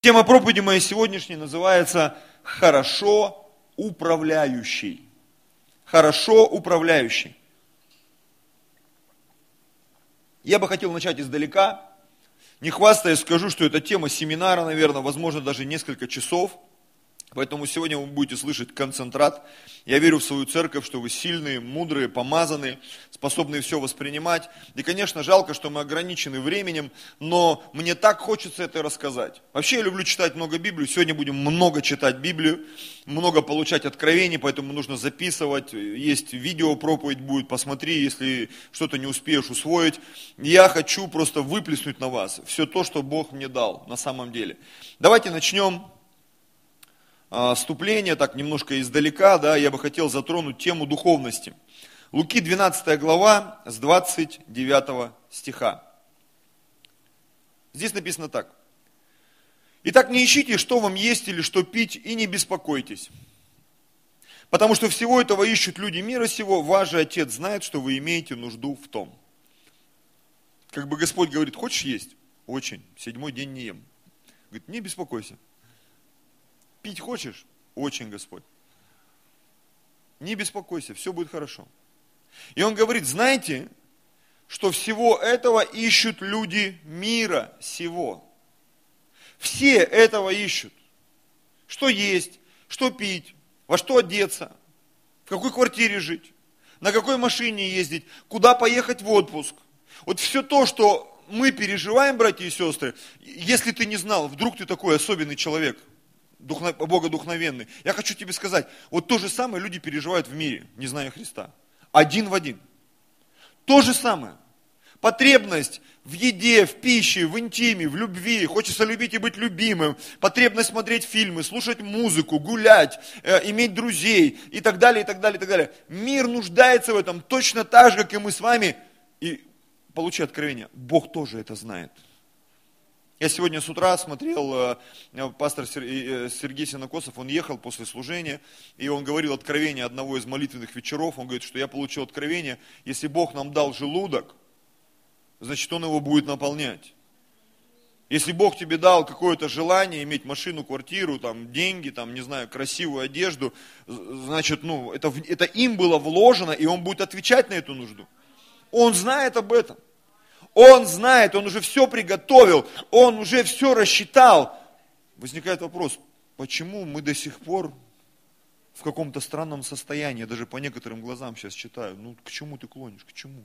Тема проповеди моей сегодняшней называется «Хорошо управляющий». Хорошо управляющий. Я бы хотел начать издалека. Не хвастаясь, скажу, что это тема семинара, наверное, возможно, даже несколько часов. Поэтому сегодня вы будете слышать концентрат. Я верю в свою церковь, что вы сильные, мудрые, помазанные, способные все воспринимать. И, конечно, жалко, что мы ограничены временем, но мне так хочется это рассказать. Вообще я люблю читать много Библию. Сегодня будем много читать Библию, много получать откровений, поэтому нужно записывать. Есть видео, проповедь будет, посмотри, если что-то не успеешь усвоить. Я хочу просто выплеснуть на вас все то, что Бог мне дал на самом деле. Давайте начнем. Вступление, так немножко издалека, да, я бы хотел затронуть тему духовности. Луки 12 глава с 29 стиха. Здесь написано так. «Итак, не ищите, что вам есть или что пить, и не беспокойтесь. Потому что всего этого ищут люди мира сего, ваш же Отец знает, что вы имеете нужду в том». Как бы Господь говорит, хочешь есть? Очень, 7-й день не ем. Говорит, не беспокойся. Пить хочешь? Очень, Господь. Не беспокойся, все будет хорошо. И он говорит, знаете, что всего этого ищут люди мира сего. Все этого ищут. Что есть, что пить, во что одеться, в какой квартире жить, на какой машине ездить, куда поехать в отпуск. Вот все то, что мы переживаем, братья и сестры, если ты не знал, вдруг ты такой особенный человек, богодухновенный. Я хочу тебе сказать, вот то же самое люди переживают в мире, не зная Христа. Один в один. То же самое. Потребность в еде, в пище, в интиме, в любви. Хочется любить и быть любимым. Потребность смотреть фильмы, слушать музыку, гулять, иметь друзей и так далее, и так далее, и так далее. Мир нуждается в этом точно так же, как и мы с вами. И получи откровение. Бог тоже это знает. Я сегодня с утра смотрел, пастор Сергей Синокосов, он ехал после служения, и он говорил откровение одного из молитвенных вечеров, он говорит, что я получил откровение, если Бог нам дал желудок, значит Он его будет наполнять. Если Бог тебе дал какое-то желание иметь машину, квартиру, там, деньги, там, не знаю, красивую одежду, значит, это им было вложено, и Он будет отвечать на эту нужду. Он знает об этом. Он знает, он уже все приготовил, он уже все рассчитал. Возникает вопрос, почему мы до сих пор в каком-то странном состоянии, я даже по некоторым глазам сейчас читаю, к чему ты клонишь, к чему?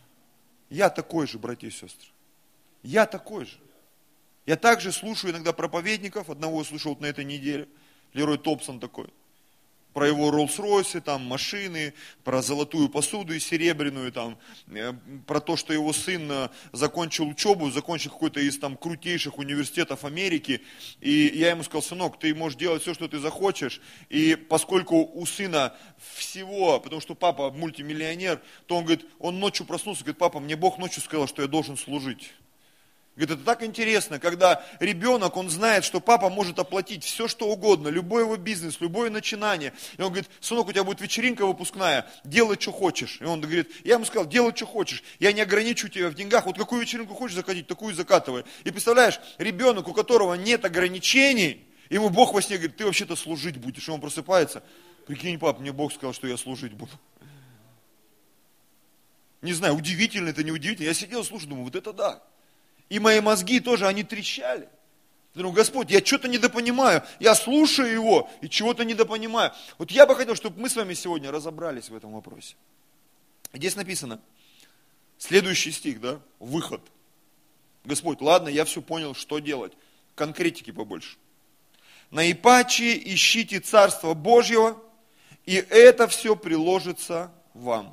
Я такой же, братья и сестры, я такой же. Я также слушаю иногда проповедников, одного слушал на этой неделе, Лерой Топсон такой. Про его Роллс-Ройсы, там, машины, про золотую посуду и серебряную, там, про то, что его сын закончил учебу, закончил какой-то из там крутейших университетов Америки. И я ему сказал, сынок, ты можешь делать все, что ты захочешь. И поскольку у сына всего, потому что папа мультимиллионер, то он говорит, он ночью проснулся, говорит, папа, мне Бог ночью сказал, что я должен служить. Говорит, это так интересно, когда ребенок, он знает, что папа может оплатить все, что угодно, любой его бизнес, любое начинание. И он говорит, сынок, у тебя будет вечеринка выпускная, делай, что хочешь. И он говорит, я ему сказал, делай, что хочешь, я не ограничу тебя в деньгах, вот какую вечеринку хочешь закатить, такую закатывай. И представляешь, ребенок, у которого нет ограничений, ему Бог во сне говорит, ты вообще-то служить будешь. И он просыпается, прикинь, пап, мне Бог сказал, что я служить буду. Не знаю, удивительно это, не удивительно. Я сидел, слушал, думаю, вот это да. И мои мозги тоже, они трещали. Я думаю, Господь, я что-то недопонимаю. Я слушаю Его и чего-то недопонимаю. Вот я бы хотел, чтобы мы с вами сегодня разобрались в этом вопросе. Здесь написано, следующий стих, да, выход. Господь, ладно, я все понял, что делать. Конкретики побольше. Наипаче ищите Царство Божьего, и это все приложится вам.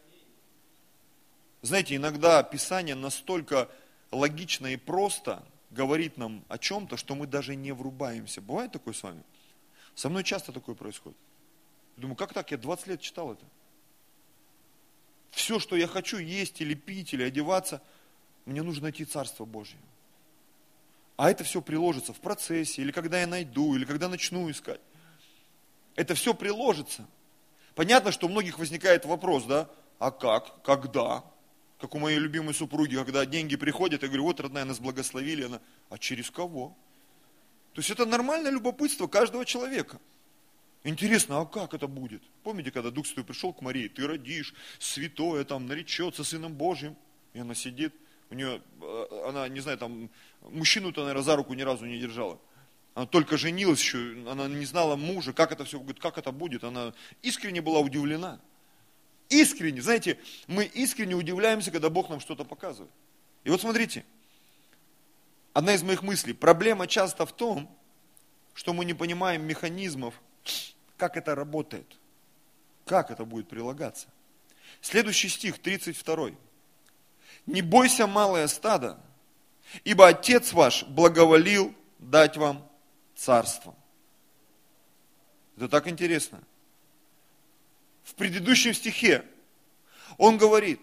Знаете, иногда Писание настолько логично и просто говорит нам о чем-то, что мы даже не врубаемся. Бывает такое с вами? Со мной часто такое происходит. Думаю, как так? Я 20 лет читал это. Все, что я хочу есть или пить, или одеваться, мне нужно найти Царство Божье. А это все приложится в процессе, или когда я найду, или когда начну искать. Это все приложится. Понятно, что у многих возникает вопрос, да? А как? Когда? Как у моей любимой супруги, когда деньги приходят, я говорю, вот, родная, нас благословили. Она, а через кого? То есть это нормальное любопытство каждого человека. Интересно, а как это будет? Помните, когда Дух Святой пришел к Марии, ты родишь, святое там наречется Сыном Божьим, и она сидит, у нее, она, не знаю, там, мужчину-то, наверное, за руку ни разу не держала. Она только женилась еще, она не знала мужа, как это все, говорит, как это будет. Она искренне была удивлена. Искренне, знаете, мы искренне удивляемся, когда Бог нам что-то показывает. И вот смотрите, одна из моих мыслей, проблема часто в том, что мы не понимаем механизмов, как это работает, как это будет прилагаться. Следующий стих, 32. «Не бойся, малое стадо, ибо Отец ваш благоволил дать вам царство». Это так интересно. В предыдущем стихе он говорит,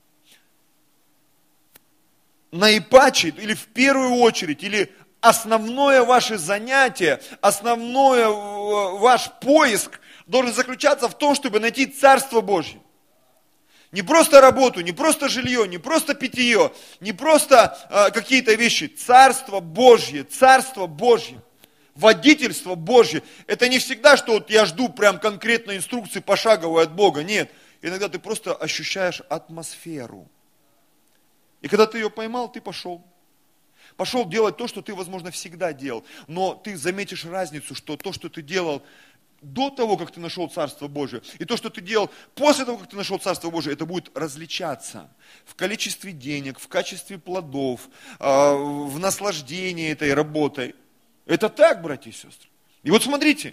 наипаче, или в первую очередь, или основное ваше занятие, основное ваш поиск должен заключаться в том, чтобы найти Царство Божье. Не просто работу, не просто жилье, не просто питье, не просто какие-то вещи. Царство Божье, Царство Божье, водительство Божье. Это не всегда, что вот я жду прям конкретной инструкции пошаговой от Бога. Нет, иногда ты просто ощущаешь атмосферу. И когда ты ее поймал, ты пошел. Пошел делать то, что ты, возможно, всегда делал. Но ты заметишь разницу, что то, что ты делал до того, как ты нашел Царство Божие, и то, что ты делал после того, как ты нашел Царство Божие, это будет различаться в количестве денег, в качестве плодов, в наслаждении этой работой. Это так, братья и сестры. И вот смотрите,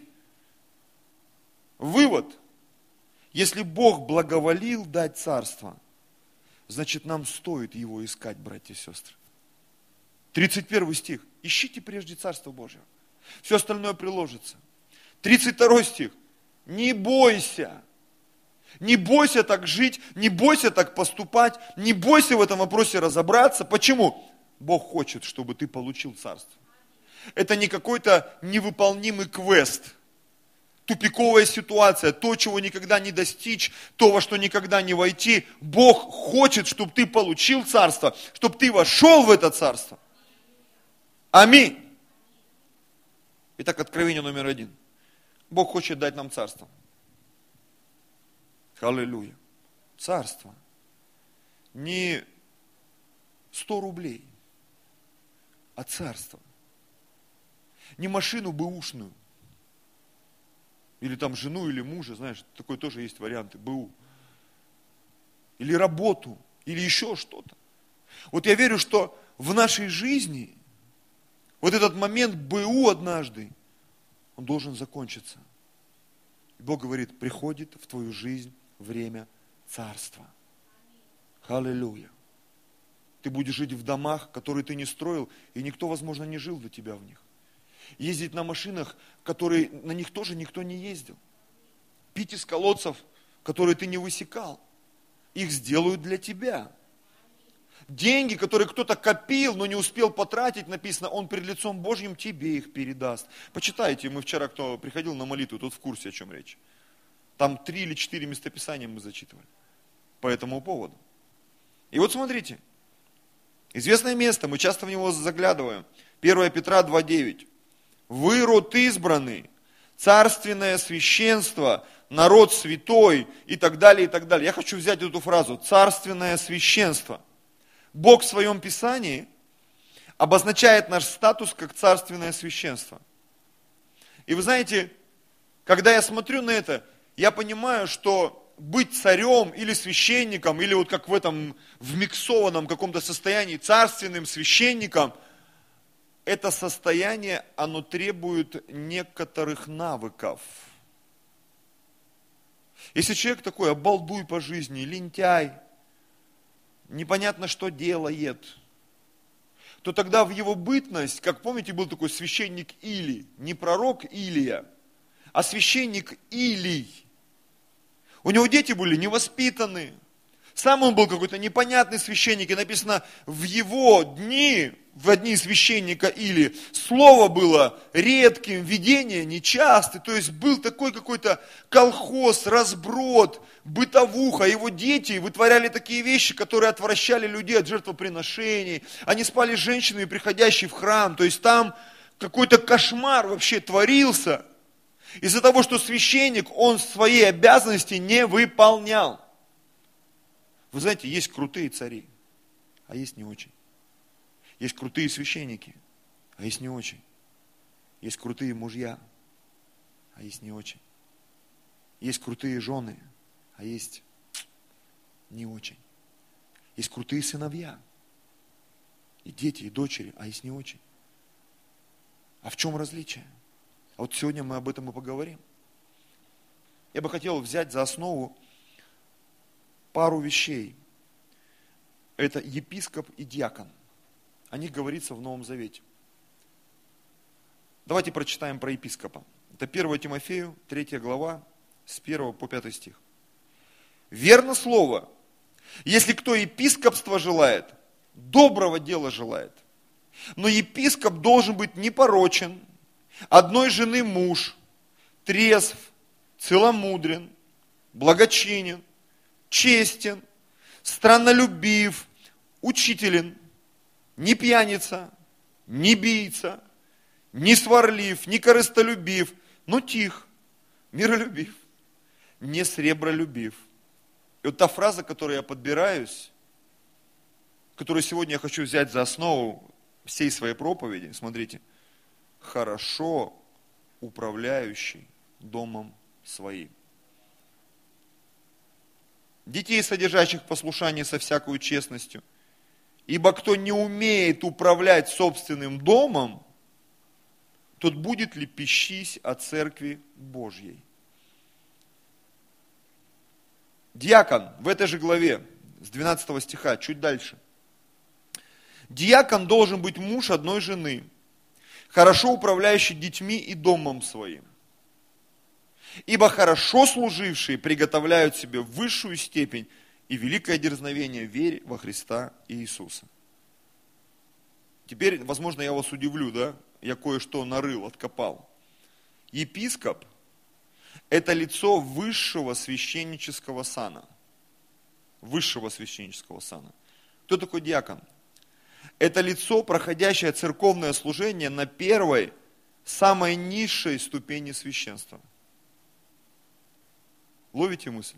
вывод. Если Бог благоволил дать Царство, значит, нам стоит его искать, братья и сестры. 31 стих. Ищите прежде Царство Божие. Все остальное приложится. 32 стих. Не бойся. Не бойся так жить, не бойся так поступать, не бойся в этом вопросе разобраться. Почему? Бог хочет, чтобы ты получил Царство. Это не какой-то невыполнимый квест. Тупиковая ситуация, то, чего никогда не достичь, то, во что никогда не войти. Бог хочет, чтобы ты получил Царство, чтобы ты вошел в это Царство. Аминь. Итак, откровение номер 1. Бог хочет дать нам Царство. Аллилуйя. Царство. Не 100 рублей, а Царство. Не машину бэушную. Или там жену, или мужа, знаешь, такой тоже есть варианты, БУ. Или работу, или еще что-то. Вот я верю, что в нашей жизни вот этот момент БУ однажды, он должен закончиться. И Бог говорит, приходит в твою жизнь время Царства. Аллилуйя. Ты будешь жить в домах, которые ты не строил, и никто, возможно, не жил до тебя в них. Ездить на машинах, которые на них тоже никто не ездил. Пить из колодцев, которые ты не высекал. Их сделают для тебя. Деньги, которые кто-то копил, но не успел потратить, написано, он перед лицом Божьим тебе их передаст. Почитайте, мы вчера, кто приходил на молитву, тот в курсе, о чем речь. Там 3 или 4 местописания мы зачитывали по этому поводу. И вот смотрите, известное место, мы часто в него заглядываем. 1 Петра 2:9. Вы род избранный, царственное священство, народ святой и так далее, и так далее. Я хочу взять эту фразу, царственное священство. Бог в своем Писании обозначает наш статус как царственное священство. И вы знаете, когда я смотрю на это, я понимаю, что быть царем или священником, или вот как в этом вмиксованном каком-то состоянии царственным священником, это состояние, оно требует некоторых навыков. Если человек такой обалдуй по жизни, лентяй, непонятно что делает, то тогда в его бытность, как помните, был такой священник Илий, не пророк Илия, а священник Илий. У него дети были невоспитанные, сам он был какой-то непонятный священник, и написано, в его дни, в дни священника Илии, слово было редким, видение нечастым, то есть был такой какой-то колхоз, разброд, бытовуха, его дети вытворяли такие вещи, которые отвращали людей от жертвоприношений, они спали с женщинами, приходящими в храм, то есть там какой-то кошмар вообще творился из-за того, что священник, он свои обязанности не выполнял. Вы знаете, есть крутые цари, а есть не очень. Есть крутые священники, а есть не очень. Есть крутые мужья, а есть не очень. Есть крутые жены, а есть не очень. Есть крутые сыновья, и дети, и дочери, а есть не очень. А в чем различие? А вот сегодня мы об этом и поговорим. Я бы хотел взять за основу пару вещей. Это епископ и диакон. О них говорится в Новом Завете. Давайте прочитаем про епископа. Это 1 Тимофею, 3 глава, с 1 по 5 стих. «Верно слово, если кто епископства желает, доброго дела желает. Но епископ должен быть непорочен, одной жены муж, трезв, целомудрен, благочинен, честен, страннолюбив, учителен, не пьяница, не бийца, не сварлив, не корыстолюбив, но тих, миролюбив, не сребролюбив». И вот та фраза, которой я подбираюсь, которую сегодня я хочу взять за основу всей своей проповеди, смотрите, хорошо управляющий домом своим. Детей, содержащих в послушании со всякой честностью, ибо кто не умеет управлять собственным домом, тот будет лепещись о церкви Божьей. Диакон в этой же главе, с 12 стиха, чуть дальше. Диакон должен быть муж одной жены, хорошо управляющий детьми и домом своим. Ибо хорошо служившие приготовляют себе высшую степень и великое дерзновение в вере во Христа Иисуса. Теперь, возможно, я вас удивлю, да? Я кое-что нарыл, откопал. Епископ – это лицо высшего священнического сана. Высшего священнического сана. Кто такой диакон? Это лицо, проходящее церковное служение на первой, самой низшей ступени священства. Ловите мысль?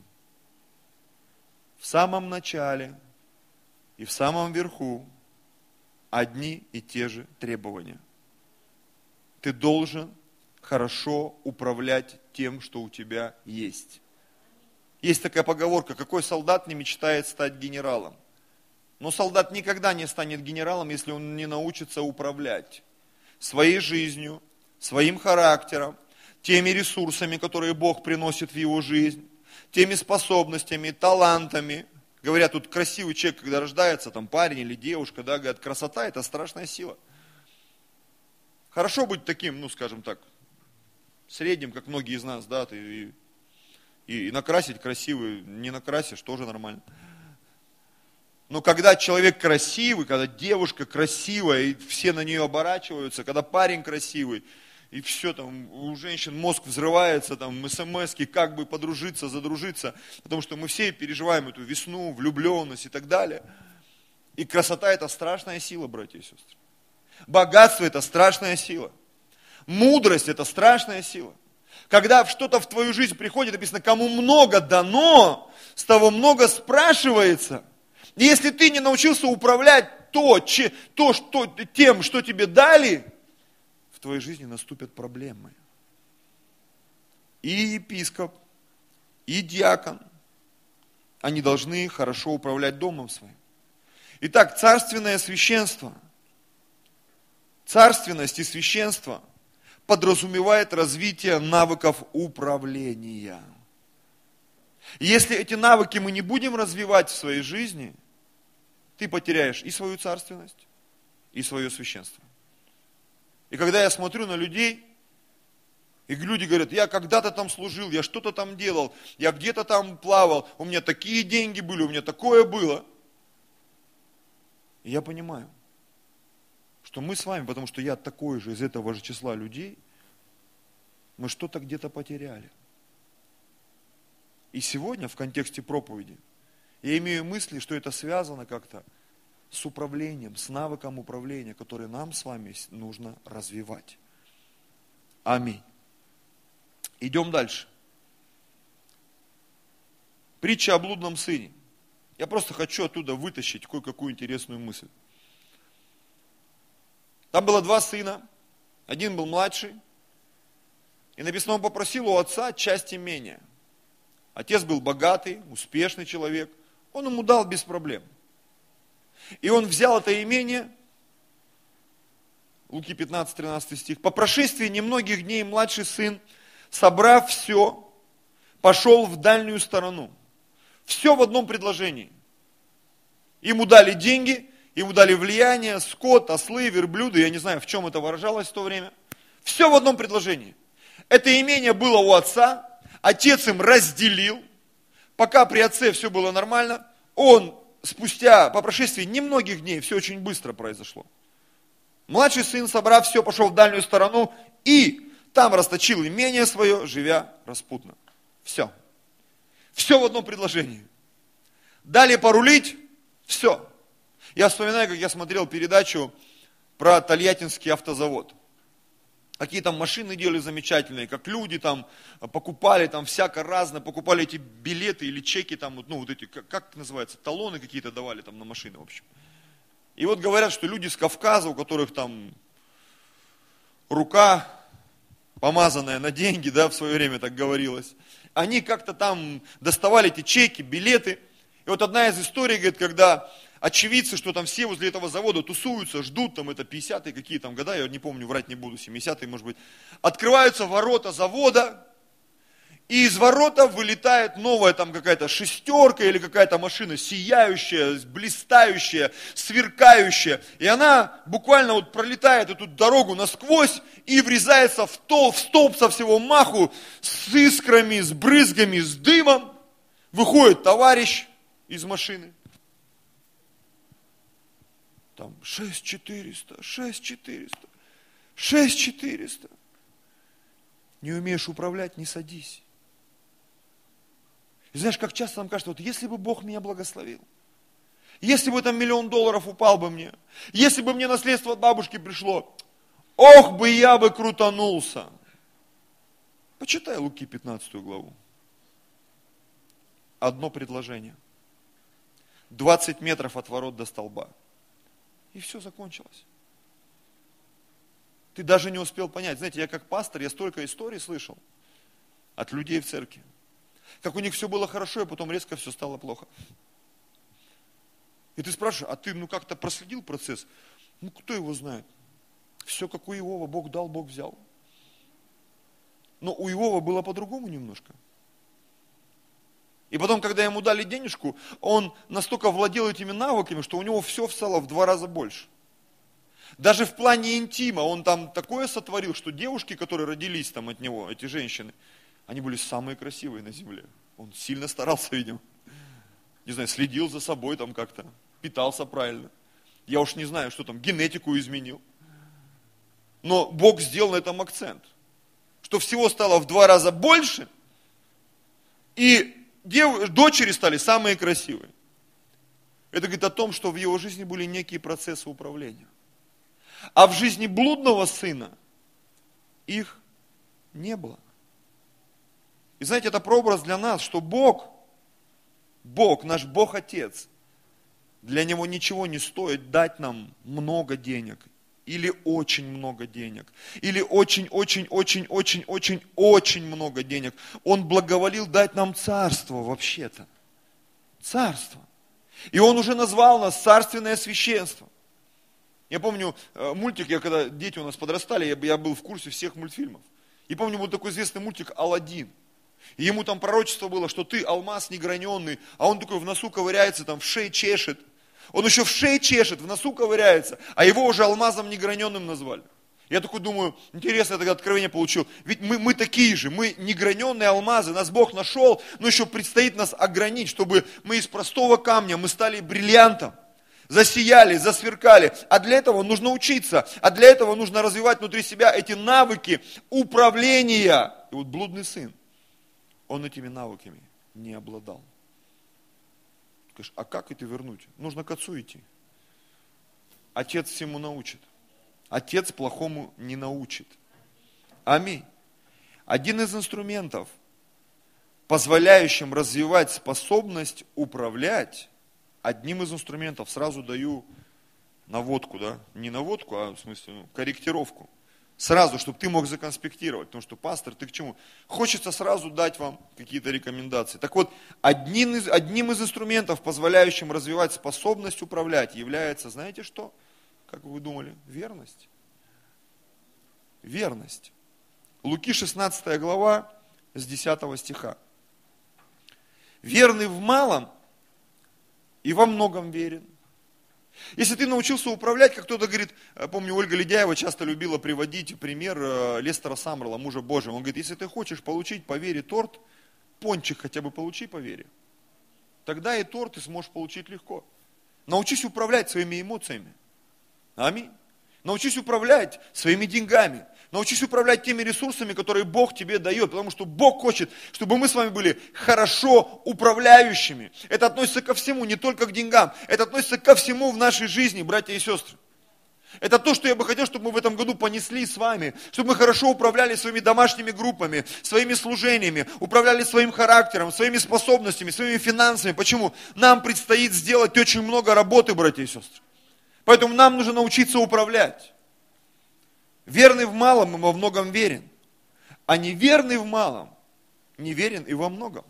В самом начале и в самом верху одни и те же требования. Ты должен хорошо управлять тем, что у тебя есть. Есть такая поговорка: какой солдат не мечтает стать генералом? Но солдат никогда не станет генералом, если он не научится управлять своей жизнью, своим характером, теми ресурсами, которые Бог приносит в его жизнь, теми способностями, талантами. Говорят, тут красивый человек, когда рождается, там парень или девушка, да, говорят, красота – это страшная сила. Хорошо быть таким, ну, скажем так, средним, как многие из нас, да, и накрасить красивый, не накрасишь, тоже нормально. Но когда человек красивый, когда девушка красивая, и все на нее оборачиваются, когда парень красивый, и все там, у женщин мозг взрывается, там, смс-ки, как бы подружиться, задружиться, потому что мы все переживаем эту весну, влюбленность и так далее. И красота – это страшная сила, братья и сестры. Богатство – это страшная сила. Мудрость – это страшная сила. Когда что-то в твою жизнь приходит, написано, кому много дано, с того много спрашивается. И если ты не научился управлять тем, что тебе дали, в твоей жизни наступят проблемы. И епископ, и диакон, они должны хорошо управлять домом своим. Итак, царственное священство, царственность и священство подразумевает развитие навыков управления. Если эти навыки мы не будем развивать в своей жизни, ты потеряешь и свою царственность, и свое священство. И когда я смотрю на людей, и люди говорят, я когда-то там служил, я что-то там делал, я где-то там плавал, у меня такие деньги были, у меня такое было. И я понимаю, что мы с вами, потому что я такой же из этого же числа людей, мы что-то где-то потеряли. И сегодня в контексте проповеди я имею мысли, что это связано как-то с управлением, с навыком управления, который нам с вами нужно развивать. Аминь. Идем дальше. Притча о блудном сыне. Я просто хочу оттуда вытащить кое-какую интересную мысль. Там было два сына, один был младший, и написано, он попросил у отца часть имения. Отец был богатый, успешный человек, он ему дал без проблем. И он взял это имение, Луки 15-13 стих, по прошествии немногих дней младший сын, собрав все, пошел в дальнюю сторону. Все в одном предложении. Ему дали деньги, ему дали влияние, скот, ослы, верблюды, я не знаю, в чем это выражалось в то время. Все в одном предложении. Это имение было у отца, отец им разделил, пока при отце все было нормально, он спустя, по прошествии немногих дней, все очень быстро произошло. Младший сын, собрав все, пошел в дальнюю сторону и там расточил имение свое, живя распутно. Все. Все в одном предложении. Дали порулить, все. Я вспоминаю, как я смотрел передачу про Тольяттинский автозавод. Какие там машины делали замечательные, как люди там покупали, там всяко разное, покупали эти билеты или чеки, там, ну вот эти, как это называется, талоны какие-то давали там на машины, в общем. И вот говорят, что люди с Кавказа, у которых там рука помазанная на деньги, да, в свое время так говорилось, они как-то там доставали эти чеки, билеты. И вот одна из историй, говорит, когда очевидцы, что там все возле этого завода тусуются, ждут, там это 50-е какие там года, я не помню, врать не буду, 70-е может быть, открываются ворота завода, и из ворота вылетает новая там какая-то шестерка или какая-то машина сияющая, блистающая, сверкающая, и она буквально вот пролетает эту дорогу насквозь и врезается в столб со всего маху с искрами, с брызгами, с дымом. Выходит товарищ из машины. Там 6400, 6400, 6400. Не умеешь управлять, не садись. И знаешь, как часто нам кажется, вот если бы Бог меня благословил, если бы там $1 000 000 упал бы мне, если бы мне наследство от бабушки пришло, ох бы я бы крутанулся. Почитай Луки 15 главу. Одно предложение. 20 метров от ворот до столба. И все закончилось. Ты даже не успел понять. Знаете, я как пастор, я столько историй слышал от людей в церкви. Как у них все было хорошо, и потом резко все стало плохо. И ты спрашиваешь, а ты как-то проследил процесс? Кто его знает? Все как у Иова, Бог дал, Бог взял. Но у Иова было по-другому немножко. И потом, когда ему дали денежку, он настолько владел этими навыками, что у него все стало в 2 раза больше. Даже в плане интима он там такое сотворил, что девушки, которые родились там от него, эти женщины, они были самые красивые на земле. Он сильно старался, видимо. Не знаю, следил за собой там как-то, питался правильно. Я уж не знаю, что там, генетику изменил. Но Бог сделал на этом акцент. Что всего стало в 2 раза больше, и дочери стали самые красивые. Это говорит о том, что в его жизни были некие процессы управления. А в жизни блудного сына их не было. И знаете, это прообраз для нас, что Бог, наш Бог-Отец, для Него ничего не стоит дать нам много денег, или очень много денег, или очень-очень-очень-очень-очень много денег. Он благоволил дать нам царство вообще-то. Царство. И Он уже назвал нас царственное священство. Я помню мультик, когда дети у нас подрастали, я был в курсе всех мультфильмов. И помню, был такой известный мультик «Аладдин». И ему там пророчество было, что ты алмаз неграненный, а он такой в носу ковыряется, там в шее чешет. Он еще в шее чешет, в носу ковыряется, а его уже алмазом неграненным назвали. Я такой думаю, интересно, я тогда откровение получил. Ведь мы такие же, мы неграненные алмазы, нас Бог нашел, но еще предстоит нас огранить, чтобы мы из простого камня, мы стали бриллиантом. Засияли, засверкали. А для этого нужно учиться, а для этого нужно развивать внутри себя эти навыки управления. И вот блудный сын, он этими навыками не обладал. Скажешь, а как это вернуть? Нужно к отцу идти. Отец всему научит. Отец плохому не научит. Аминь. Один из инструментов, позволяющим развивать способность управлять, одним из инструментов, сразу даю наводку, да, не наводку, а в смысле корректировку. Сразу, чтобы ты мог законспектировать, потому что, пастор, ты к чему? Хочется сразу дать вам какие-то рекомендации. Так вот, одним из инструментов, позволяющим развивать способность управлять, является, знаете что? Как вы думали? Верность. Верность. Луки 16 глава с 10 стиха. Верный в малом и во многом верен. Если ты научился управлять, как кто-то говорит, помню, Ольга Ледяева часто любила приводить пример Лестера Самрела, мужа Божьего. Он говорит, если ты хочешь получить по вере торт, пончик хотя бы получи по вере. Тогда и торт ты сможешь получить легко. Научись управлять своими эмоциями. Аминь. Научись управлять своими деньгами. Научись управлять теми ресурсами, которые Бог тебе дает. Потому что Бог хочет, чтобы мы с вами были хорошо управляющими. Это относится ко всему, не только к деньгам. Это относится ко всему в нашей жизни, братья и сестры. Это то, что я бы хотел, чтобы мы в этом году понесли с вами. Чтобы мы хорошо управляли своими домашними группами, своими служениями, управляли своим характером, своими способностями, своими финансами. Почему? Нам предстоит сделать очень много работы, братья и сестры. Поэтому нам нужно научиться управлять. Верный в малом и во многом верен. А неверный в малом не верен и во многом.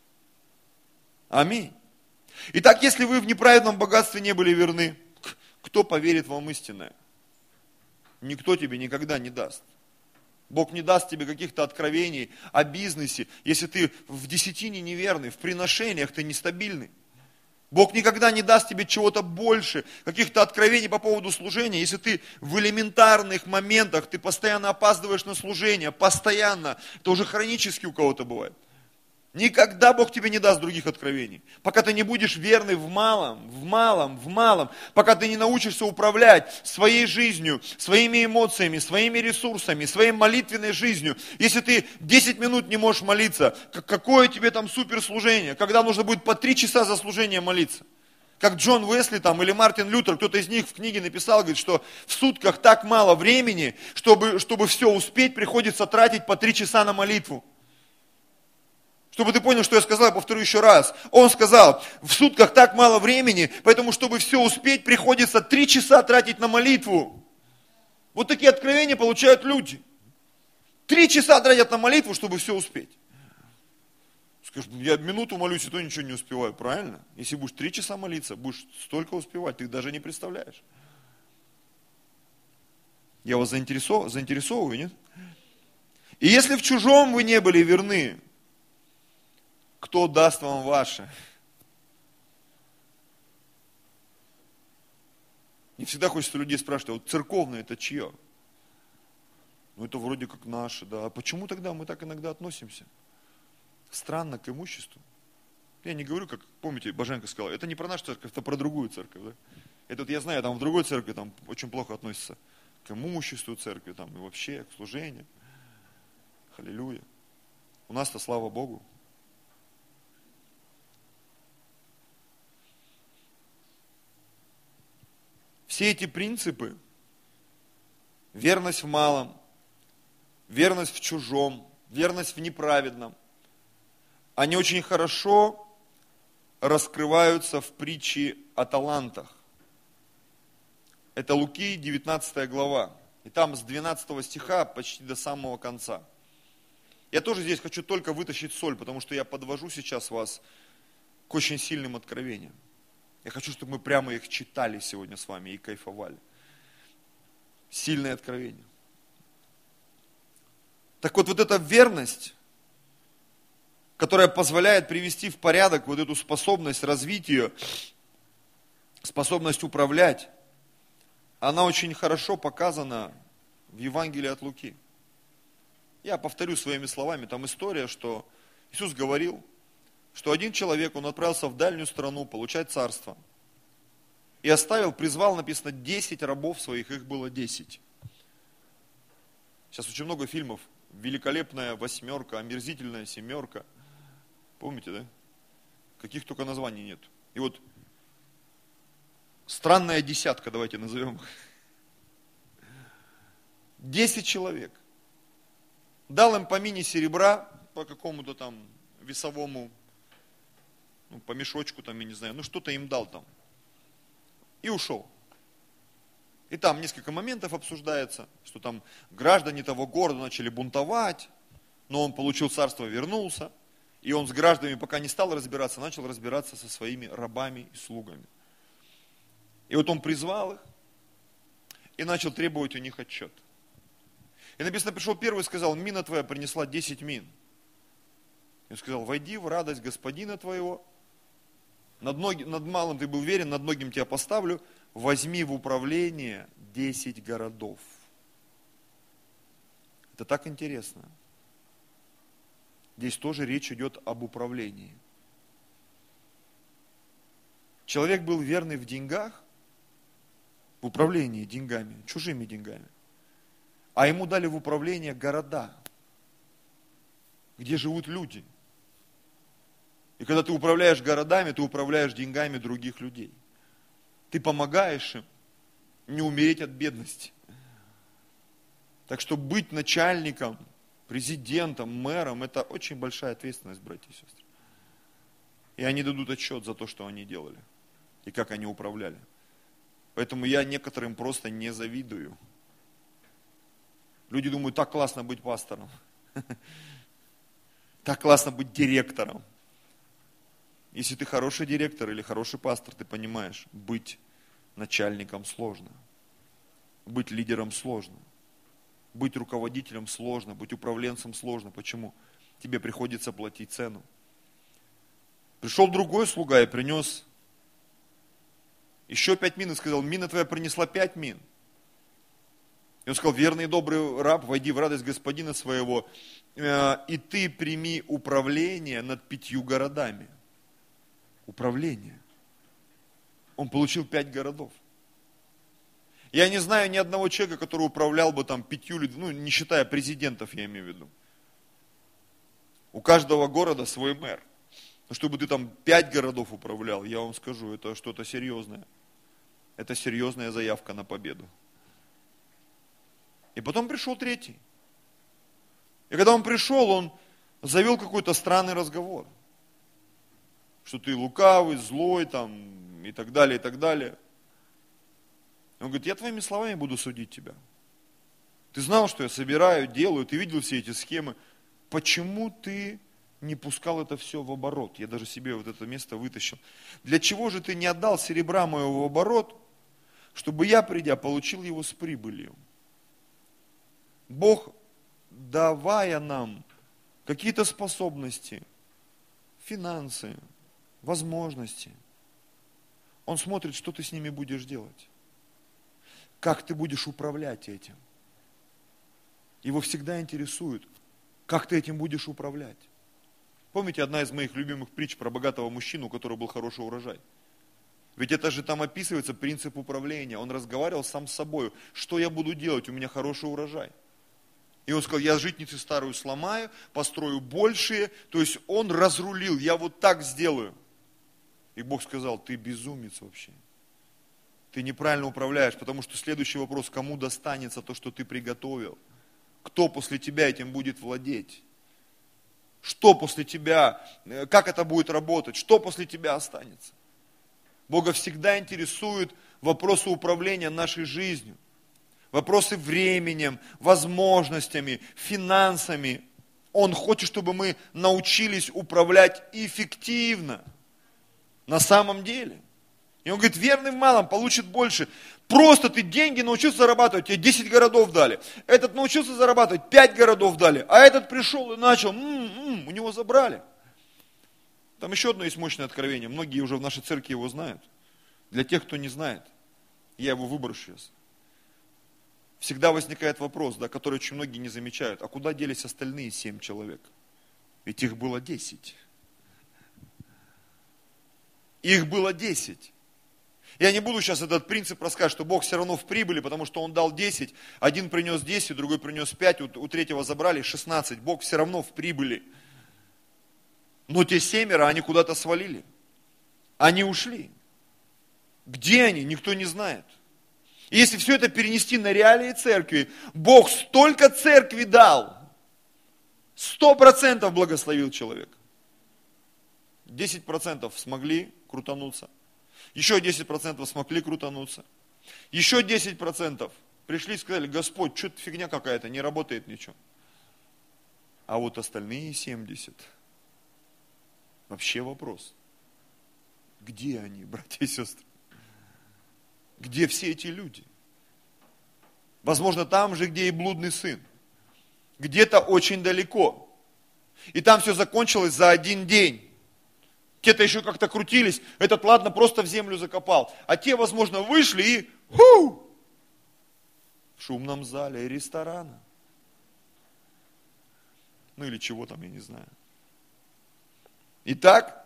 Аминь. Итак, если вы в неправедном богатстве не были верны, кто поверит вам истинное? Никто тебе никогда не даст. Бог не даст тебе каких-то откровений о бизнесе, если ты в десятине неверный, в приношениях ты нестабильный. Бог никогда не даст тебе чего-то больше, каких-то откровений по поводу служения, если ты в элементарных моментах, ты постоянно опаздываешь на служение, постоянно, это уже хронически у кого-то бывает. Никогда Бог тебе не даст других откровений, пока ты не будешь верный в малом, пока ты не научишься управлять своей жизнью, своими эмоциями, своими ресурсами, своей молитвенной жизнью. Если ты 10 минут не можешь молиться, какое тебе там суперслужение, когда нужно будет по 3 часа за служение молиться. Как Джон Уэсли там, или Мартин Лютер, кто-то из них в книге написал, говорит, что в сутках так мало времени, чтобы все успеть, приходится тратить по 3 часа на молитву. Чтобы ты понял, что я сказал, я повторю еще раз. Он сказал, в сутках так мало времени, поэтому, чтобы все успеть, приходится 3 часа тратить на молитву. Вот такие откровения получают люди. 3 часа тратят на молитву, чтобы все успеть. Скажешь, я минуту молюсь, и то ничего не успеваю, правильно? Если будешь 3 часа молиться, будешь столько успевать, ты даже не представляешь. Я вас заинтересовываю, нет? И если в чужом вы не были верны, кто даст вам ваше? Не всегда хочется людей спрашивать, а вот церковное это чье? Ну это вроде как наше, да. А почему тогда мы так иногда относимся? Странно к имуществу. Я не говорю, как, помните, Боженко сказал, это не про нашу церковь, это про другую церковь. Да? Это вот я знаю, там в другой церкви там очень плохо относятся к имуществу церкви, там и вообще к служению. Аллилуйя. У нас-то, слава Богу. Все эти принципы, верность в малом, верность в чужом, верность в неправедном, они очень хорошо раскрываются в притче о талантах. Это Луки, 19 глава. И там с 12 стиха почти до самого конца. Я тоже здесь хочу только вытащить соль, потому что я подвожу сейчас вас к очень сильным откровениям. Я хочу, чтобы мы прямо их читали сегодня с вами и кайфовали. Сильное откровение. Так вот эта верность, которая позволяет привести в порядок вот эту способность развить ее, способность управлять, она очень хорошо показана в Евангелии от Луки. Я повторю своими словами, там история, что Иисус говорил, что один человек, он отправился в дальнюю страну получать царство. И призвал, написано, 10 рабов своих, их было 10. Сейчас очень много фильмов. Великолепная восьмерка, омерзительная семерка. Помните, да? Каких только названий нет. И вот Странная десятка, давайте назовем их. 10 человек. Дал им по мини серебра, по какому-то там весовому, по мешочку там, я не знаю, что-то им дал там. И ушел. И там несколько моментов обсуждается, что там граждане того города начали бунтовать, но он получил царство, вернулся. И он с гражданами пока не стал разбираться, начал разбираться со своими рабами и слугами. И вот он призвал их и начал требовать у них отчет. И написано, пришел первый и сказал, мина твоя принесла 10 мин. И он сказал, войди в радость господина твоего, над малым ты был верен, над многим тебя поставлю, возьми в управление 10 городов. Это так интересно. Здесь тоже речь идет об управлении. Человек был верный в деньгах, в управлении деньгами, чужими деньгами. А ему дали в управление города, где живут люди. И когда ты управляешь городами, ты управляешь деньгами других людей. Ты помогаешь им не умереть от бедности. Так что быть начальником, президентом, мэром, это очень большая ответственность, братья и сестры. И они дадут отчет за то, что они делали и как они управляли. Поэтому я некоторым просто не завидую. Люди думают, так классно быть пастором. Так классно быть директором. Если ты хороший директор или хороший пастор, ты понимаешь, быть начальником сложно. Быть лидером сложно. Быть руководителем сложно, быть управленцем сложно. Почему? Тебе приходится платить цену. Пришел другой слуга и принес еще 5 мин и сказал, мина твоя принесла 5 мин. И он сказал, верный и добрый раб, войди в радость господина своего, и ты прими управление над 5 городами. Управление. Он получил 5 городов. Я не знаю ни одного человека, который управлял бы там 5 людьми, не считая президентов, я имею в виду. У каждого города свой мэр. Но чтобы ты там 5 городов управлял, я вам скажу, это что-то серьезное. Это серьезная заявка на победу. И потом пришел третий. И когда он пришел, он завел какой-то странный разговор. Что ты лукавый, злой там, и так далее, и так далее. Он говорит, я твоими словами буду судить тебя. Ты знал, что я собираю, делаю, ты видел все эти схемы. Почему ты не пускал это все в оборот? Я даже себе вот это место вытащил. Для чего же ты не отдал серебра моего в оборот, чтобы я, придя, получил его с прибылью? Бог, давая нам какие-то способности, финансы, возможности, Он смотрит, что ты с ними будешь делать. Как ты будешь управлять этим. Его всегда интересует, как ты этим будешь управлять. Помните, одна из моих любимых притч про богатого мужчину, у которого был хороший урожай? Ведь это же там описывается принцип управления. Он разговаривал сам с собой. Что я буду делать? У меня хороший урожай. И он сказал, я житницы старую сломаю, построю большие. То есть он разрулил, я вот так сделаю. И Бог сказал, ты безумец вообще. Ты неправильно управляешь, потому что следующий вопрос, кому достанется то, что ты приготовил? Кто после тебя этим будет владеть? Что после тебя, как это будет работать? Что после тебя останется? Бога всегда интересуют вопросы управления нашей жизнью. Вопросы временем, возможностями, финансами. Он хочет, чтобы мы научились управлять эффективно. На самом деле. И он говорит, верный в малом получит больше. Просто ты деньги научился зарабатывать, тебе 10 городов дали. Этот научился зарабатывать, 5 городов дали. А этот пришел и начал, у него забрали. Там еще одно есть мощное откровение. Многие уже в нашей церкви его знают. Для тех, кто не знает, я его выброшу сейчас. Всегда возникает вопрос, который очень многие не замечают. А куда делись остальные 7 человек? Ведь их было 10. Их было 10. Я не буду сейчас этот принцип рассказывать, что Бог все равно в прибыли, потому что Он дал 10, один принес 10, другой принес 5, у третьего забрали 16. Бог все равно в прибыли. Но те 7, они куда-то свалили. Они ушли. Где они? Никто не знает. И если все это перенести на реалии церкви, Бог столько церкви дал, 100% благословил человека. 10% смогли крутануться. Еще 10% смогли крутануться. Еще 10% пришли и сказали: Господь, что-то фигня какая-то, не работает ничего. А вот остальные 70%. Вообще вопрос. Где они, братья и сестры? Где все эти люди? Возможно, там же, где и блудный сын. Где-то очень далеко. И там все закончилось за один день. Те-то еще как-то крутились, этот, ладно, просто в землю закопал. А те, возможно, вышли и в шумном зале ресторана. Ну или чего там, я не знаю. Итак,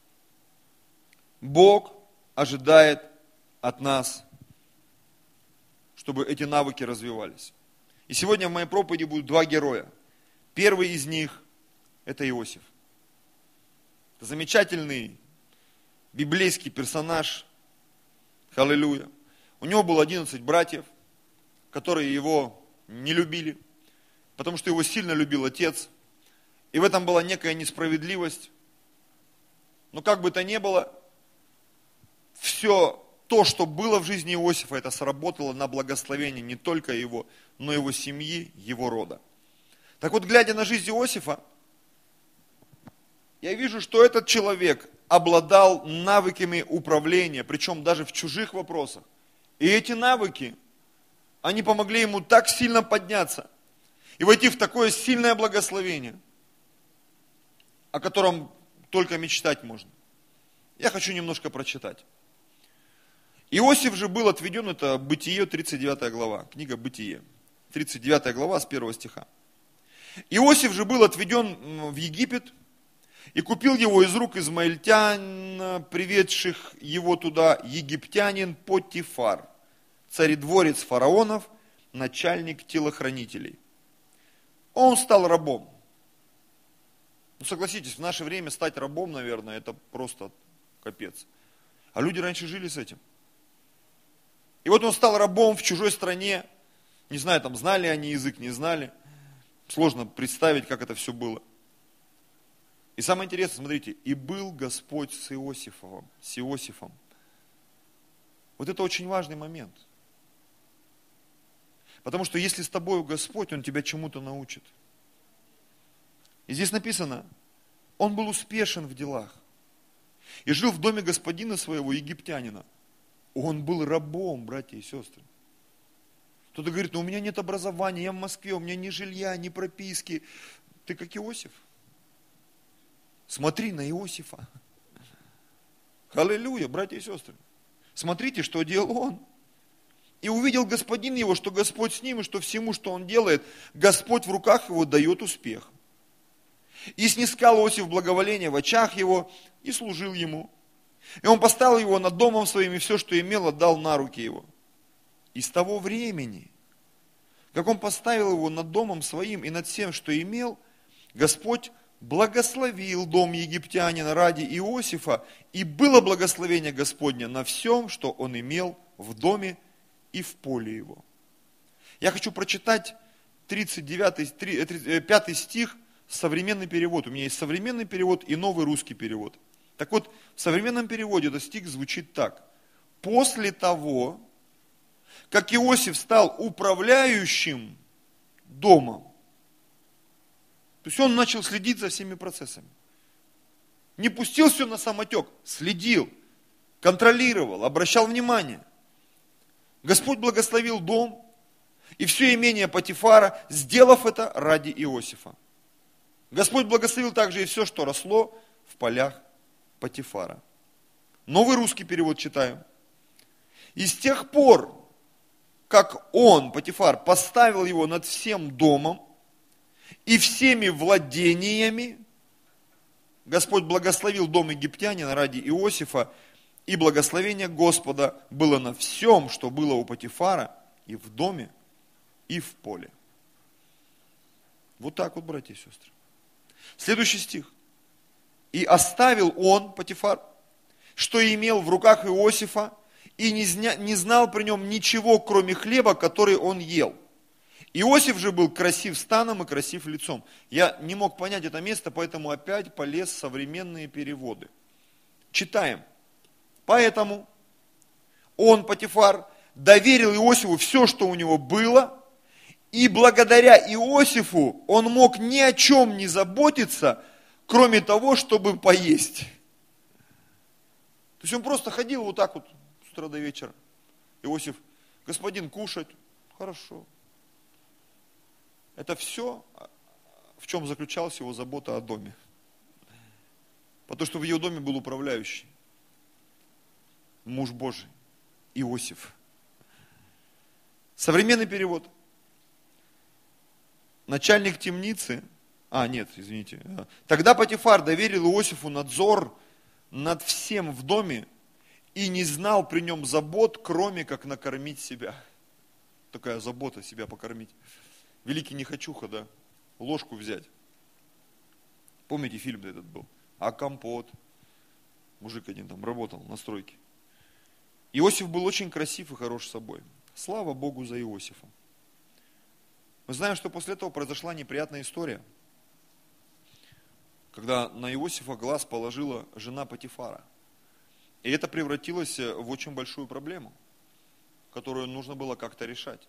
Бог ожидает от нас, чтобы эти навыки развивались. И сегодня в моей проповеди будут два героя. Первый из них – это Иосиф. Это замечательный библейский персонаж. Аллилуйя. У него было 11 братьев, которые его не любили, потому что его сильно любил отец. И в этом была некая несправедливость. Но как бы то ни было, все то, что было в жизни Иосифа, это сработало на благословение не только его, но и его семьи, его рода. Так вот, глядя на жизнь Иосифа, я вижу, что этот человек обладал навыками управления, причем даже в чужих вопросах. И эти навыки, они помогли ему так сильно подняться и войти в такое сильное благословение, о котором только мечтать можно. Я хочу немножко прочитать. Иосиф же был отведен, это Бытие, 39 глава, книга Бытие, 39 глава с 1 стиха. Иосиф же был отведен в Египет, и купил его из рук измаильтян, приведших его туда, египтянин Потифар, царедворец фараонов, начальник телохранителей. Он стал рабом. Ну, согласитесь, в наше время стать рабом, наверное, это просто капец. А люди раньше жили с этим. И вот он стал рабом в чужой стране. Не знаю, там знали они язык, не знали. Сложно представить, как это все было. И самое интересное, смотрите, и был Господь с Иосифом. Вот это очень важный момент. Потому что если с тобой Господь, Он тебя чему-то научит. И здесь написано, он был успешен в делах. И жил в доме господина своего, египтянина. Он был рабом, братья и сестры. Кто-то говорит: ну у меня нет образования, я в Москве, у меня ни жилья, ни прописки. Ты как Иосиф. Смотри на Иосифа. Аллилуйя, братья и сестры. Смотрите, что делал он. И увидел господин его, что Господь с ним, и что всему, что он делает, Господь в руках его дает успех. И снискал Иосиф благоволение в очах его, и служил ему. И он поставил его над домом своим, и все, что имел, отдал на руки его. И с того времени, как он поставил его над домом своим и над всем, что имел, Господь благословил дом египтянина ради Иосифа, и было благословение Господне на всем, что он имел в доме и в поле его. Я хочу прочитать 5 стих, современный перевод. У меня есть современный перевод и новый русский перевод. Так вот, в современном переводе этот стих звучит так. После того, как Иосиф стал управляющим домом, то есть он начал следить за всеми процессами. Не пустил все на самотек, следил, контролировал, обращал внимание. Господь благословил дом и все имение Потифара, сделав это ради Иосифа. Господь благословил также и все, что росло в полях Потифара. Новый русский перевод читаем. И с тех пор, как он, Потифар, поставил его над всем домом и всеми владениями, Господь благословил дом египтянина ради Иосифа, и благословение Господа было на всем, что было у Потифара, и в доме, и в поле. Вот так вот, братья и сестры. Следующий стих. И оставил он, Потифар, что имел в руках Иосифа, и не знал при нем ничего, кроме хлеба, который он ел. Иосиф же был красив станом и красив лицом. Я не мог понять это место, поэтому опять полез в современные переводы. Читаем. Поэтому он, Потифар, доверил Иосифу все, что у него было, и благодаря Иосифу он мог ни о чем не заботиться, кроме того, чтобы поесть. То есть он просто ходил вот так вот с утра до вечера. Иосиф: господин, кушать? Хорошо. Это все, в чем заключалась его забота о доме. Потому что в ее доме был управляющий, муж Божий, Иосиф. Современный перевод. Начальник темницы, Тогда Потифар доверил Иосифу надзор над всем в доме и не знал при нем забот, кроме как накормить себя. Такая забота, себя покормить. Великий нехочуха, да? Ложку взять. Помните, фильм этот был? А компот. Мужик один там работал на стройке. Иосиф был очень красив и хорош собой. Слава Богу за Иосифа. Мы знаем, что после этого произошла неприятная история, когда на Иосифа глаз положила жена Потифара. И это превратилось в очень большую проблему, которую нужно было как-то решать.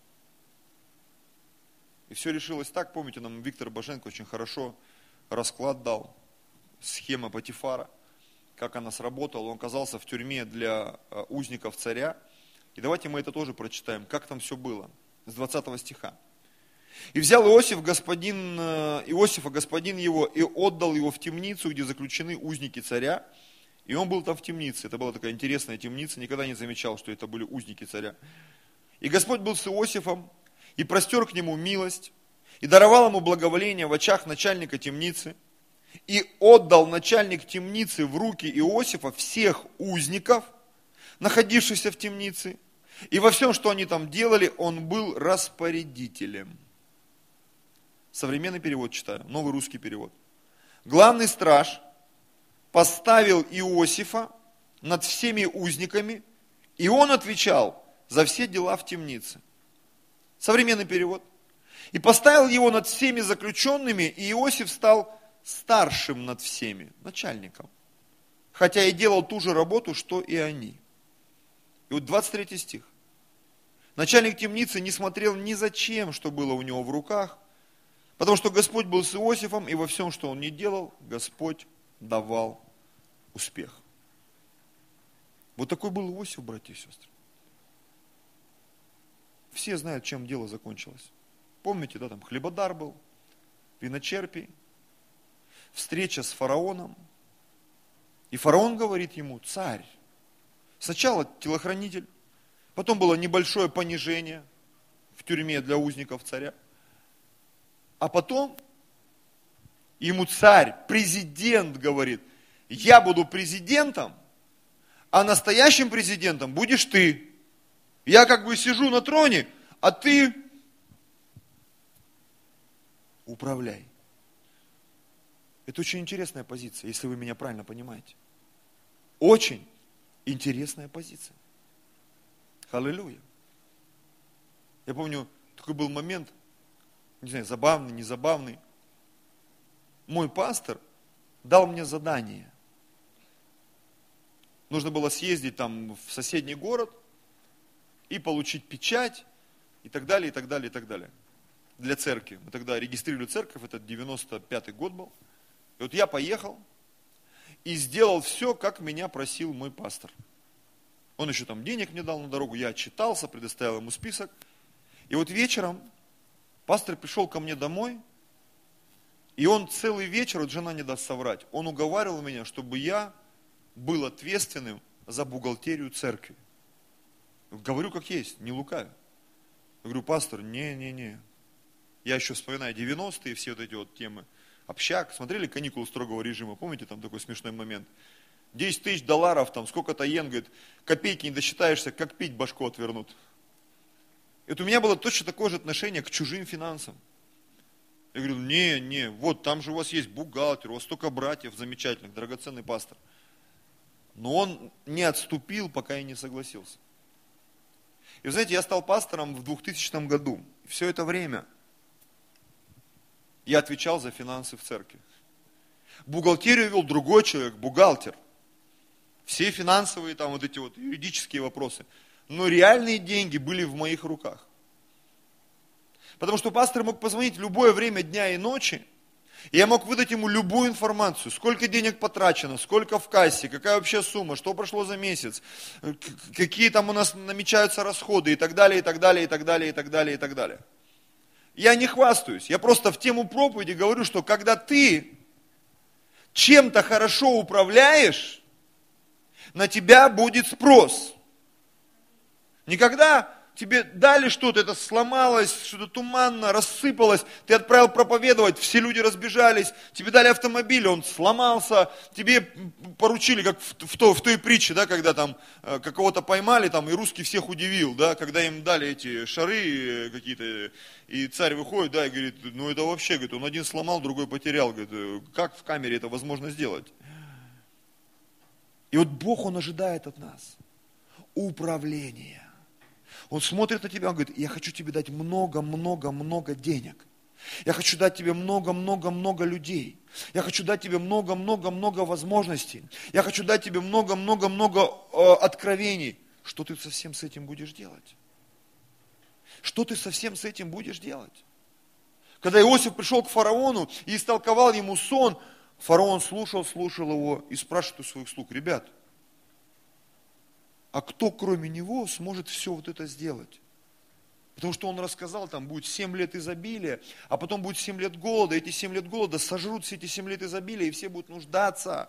И все решилось так, помните, нам Виктор Боженко очень хорошо расклад дал, схема Потифара, как она сработала. Он оказался в тюрьме для узников царя. И давайте мы это тоже прочитаем, как там все было, с 20 стиха. «И взял Иосифа господин его, и отдал его в темницу, где заключены узники царя». И он был там в темнице. Это была такая интересная темница, никогда не замечал, что это были узники царя. «И Господь был с Иосифом, и простер к нему милость, и даровал ему благоволение в очах начальника темницы, и отдал начальник темницы в руки Иосифа всех узников, находившихся в темнице, и во всем, что они там делали, он был распорядителем». Современный перевод читаю, новый русский перевод. «Главный страж поставил Иосифа над всеми узниками, и он отвечал за все дела в темнице». Современный перевод. «И поставил его над всеми заключенными, и Иосиф стал старшим над всеми, начальником, хотя и делал ту же работу, что и они». И вот 23 стих. «Начальник темницы не смотрел ни за чем, что было у него в руках, потому что Господь был с Иосифом, и во всем, что он не делал, Господь давал успех». Вот такой был Иосиф, братья и сестры. Все знают, чем дело закончилось. Помните, да, там хлебодар был, виночерпий, встреча с фараоном. И фараон говорит ему: царь. Сначала телохранитель, потом было небольшое понижение в тюрьме для узников царя. А потом ему царь, президент говорит: я буду президентом, а настоящим президентом будешь ты. Я как бы сижу на троне, а ты управляй. Это очень интересная позиция, если вы меня правильно понимаете. Очень интересная позиция. Аллилуйя. Я помню, такой был момент, не знаю, забавный, незабавный. Мой пастор дал мне задание. Нужно было съездить там в соседний город и получить печать, и так далее, и так далее, и так далее. Для церкви. Мы тогда регистрировали церковь, это 95-й год был. И вот я поехал и сделал все, как меня просил мой пастор. Он еще там денег мне дал на дорогу, я отчитался, предоставил ему список. И вот вечером пастор пришел ко мне домой, и он целый вечер, вот жена не даст соврать, он уговаривал меня, чтобы я был ответственным за бухгалтерию церкви. Говорю как есть, не лукавю. Я говорю: пастор, не. Я еще вспоминаю 90-е, все вот эти вот темы. Общак, смотрели «Каникулы строгого режима», помните, там такой смешной момент. 10 тысяч долларов, там сколько-то йен, говорит, копейки не досчитаешься, как пить башку отвернут. И вот у меня было точно такое же отношение к чужим финансам. Я говорю: не, вот там же у вас есть бухгалтер, у вас столько братьев замечательных, драгоценный пастор. Но он не отступил, пока я не согласился. И вы знаете, я стал пастором в 2000 году. И все это время я отвечал за финансы в церкви. Бухгалтерию вел другой человек, бухгалтер. Все финансовые, там вот эти вот юридические вопросы. Но реальные деньги были в моих руках. Потому что пастор мог позвонить в любое время дня и ночи, и я мог выдать ему любую информацию, сколько денег потрачено, сколько в кассе, какая вообще сумма, что прошло за месяц, какие там у нас намечаются расходы и так далее, и так далее, и так далее, и так далее, и так далее. Я не хвастаюсь, я просто в тему проповеди говорю, что когда ты чем-то хорошо управляешь, на тебя будет спрос. Никогда тебе дали что-то, это сломалось, что-то туманно, рассыпалось, ты отправил проповедовать, все люди разбежались, тебе дали автомобиль, он сломался, тебе поручили, как в той притче, да, когда там какого-то поймали, там, и русский всех удивил, да, когда им дали эти шары какие-то, и царь выходит, да, и говорит, ну это вообще, говорит, он один сломал, другой потерял, говорит, как в камере это возможно сделать? И вот Бог, Он ожидает от нас управления. Он смотрит на тебя, он говорит, я хочу тебе дать много-много-много денег. Я хочу дать тебе много-много-много людей. Я хочу дать тебе много-много-много возможностей. Я хочу дать тебе много-много-много откровений. Что ты совсем с этим будешь делать? Что ты совсем с этим будешь делать? Когда Иосиф пришел к фараону и истолковал ему сон, фараон слушал его и спрашивает у своих слуг, ребят, а кто кроме него сможет все вот это сделать? Потому что он рассказал, там будет 7 лет изобилия, а потом будет 7 лет голода. Эти 7 лет голода сожрут все эти 7 лет изобилия, и все будут нуждаться.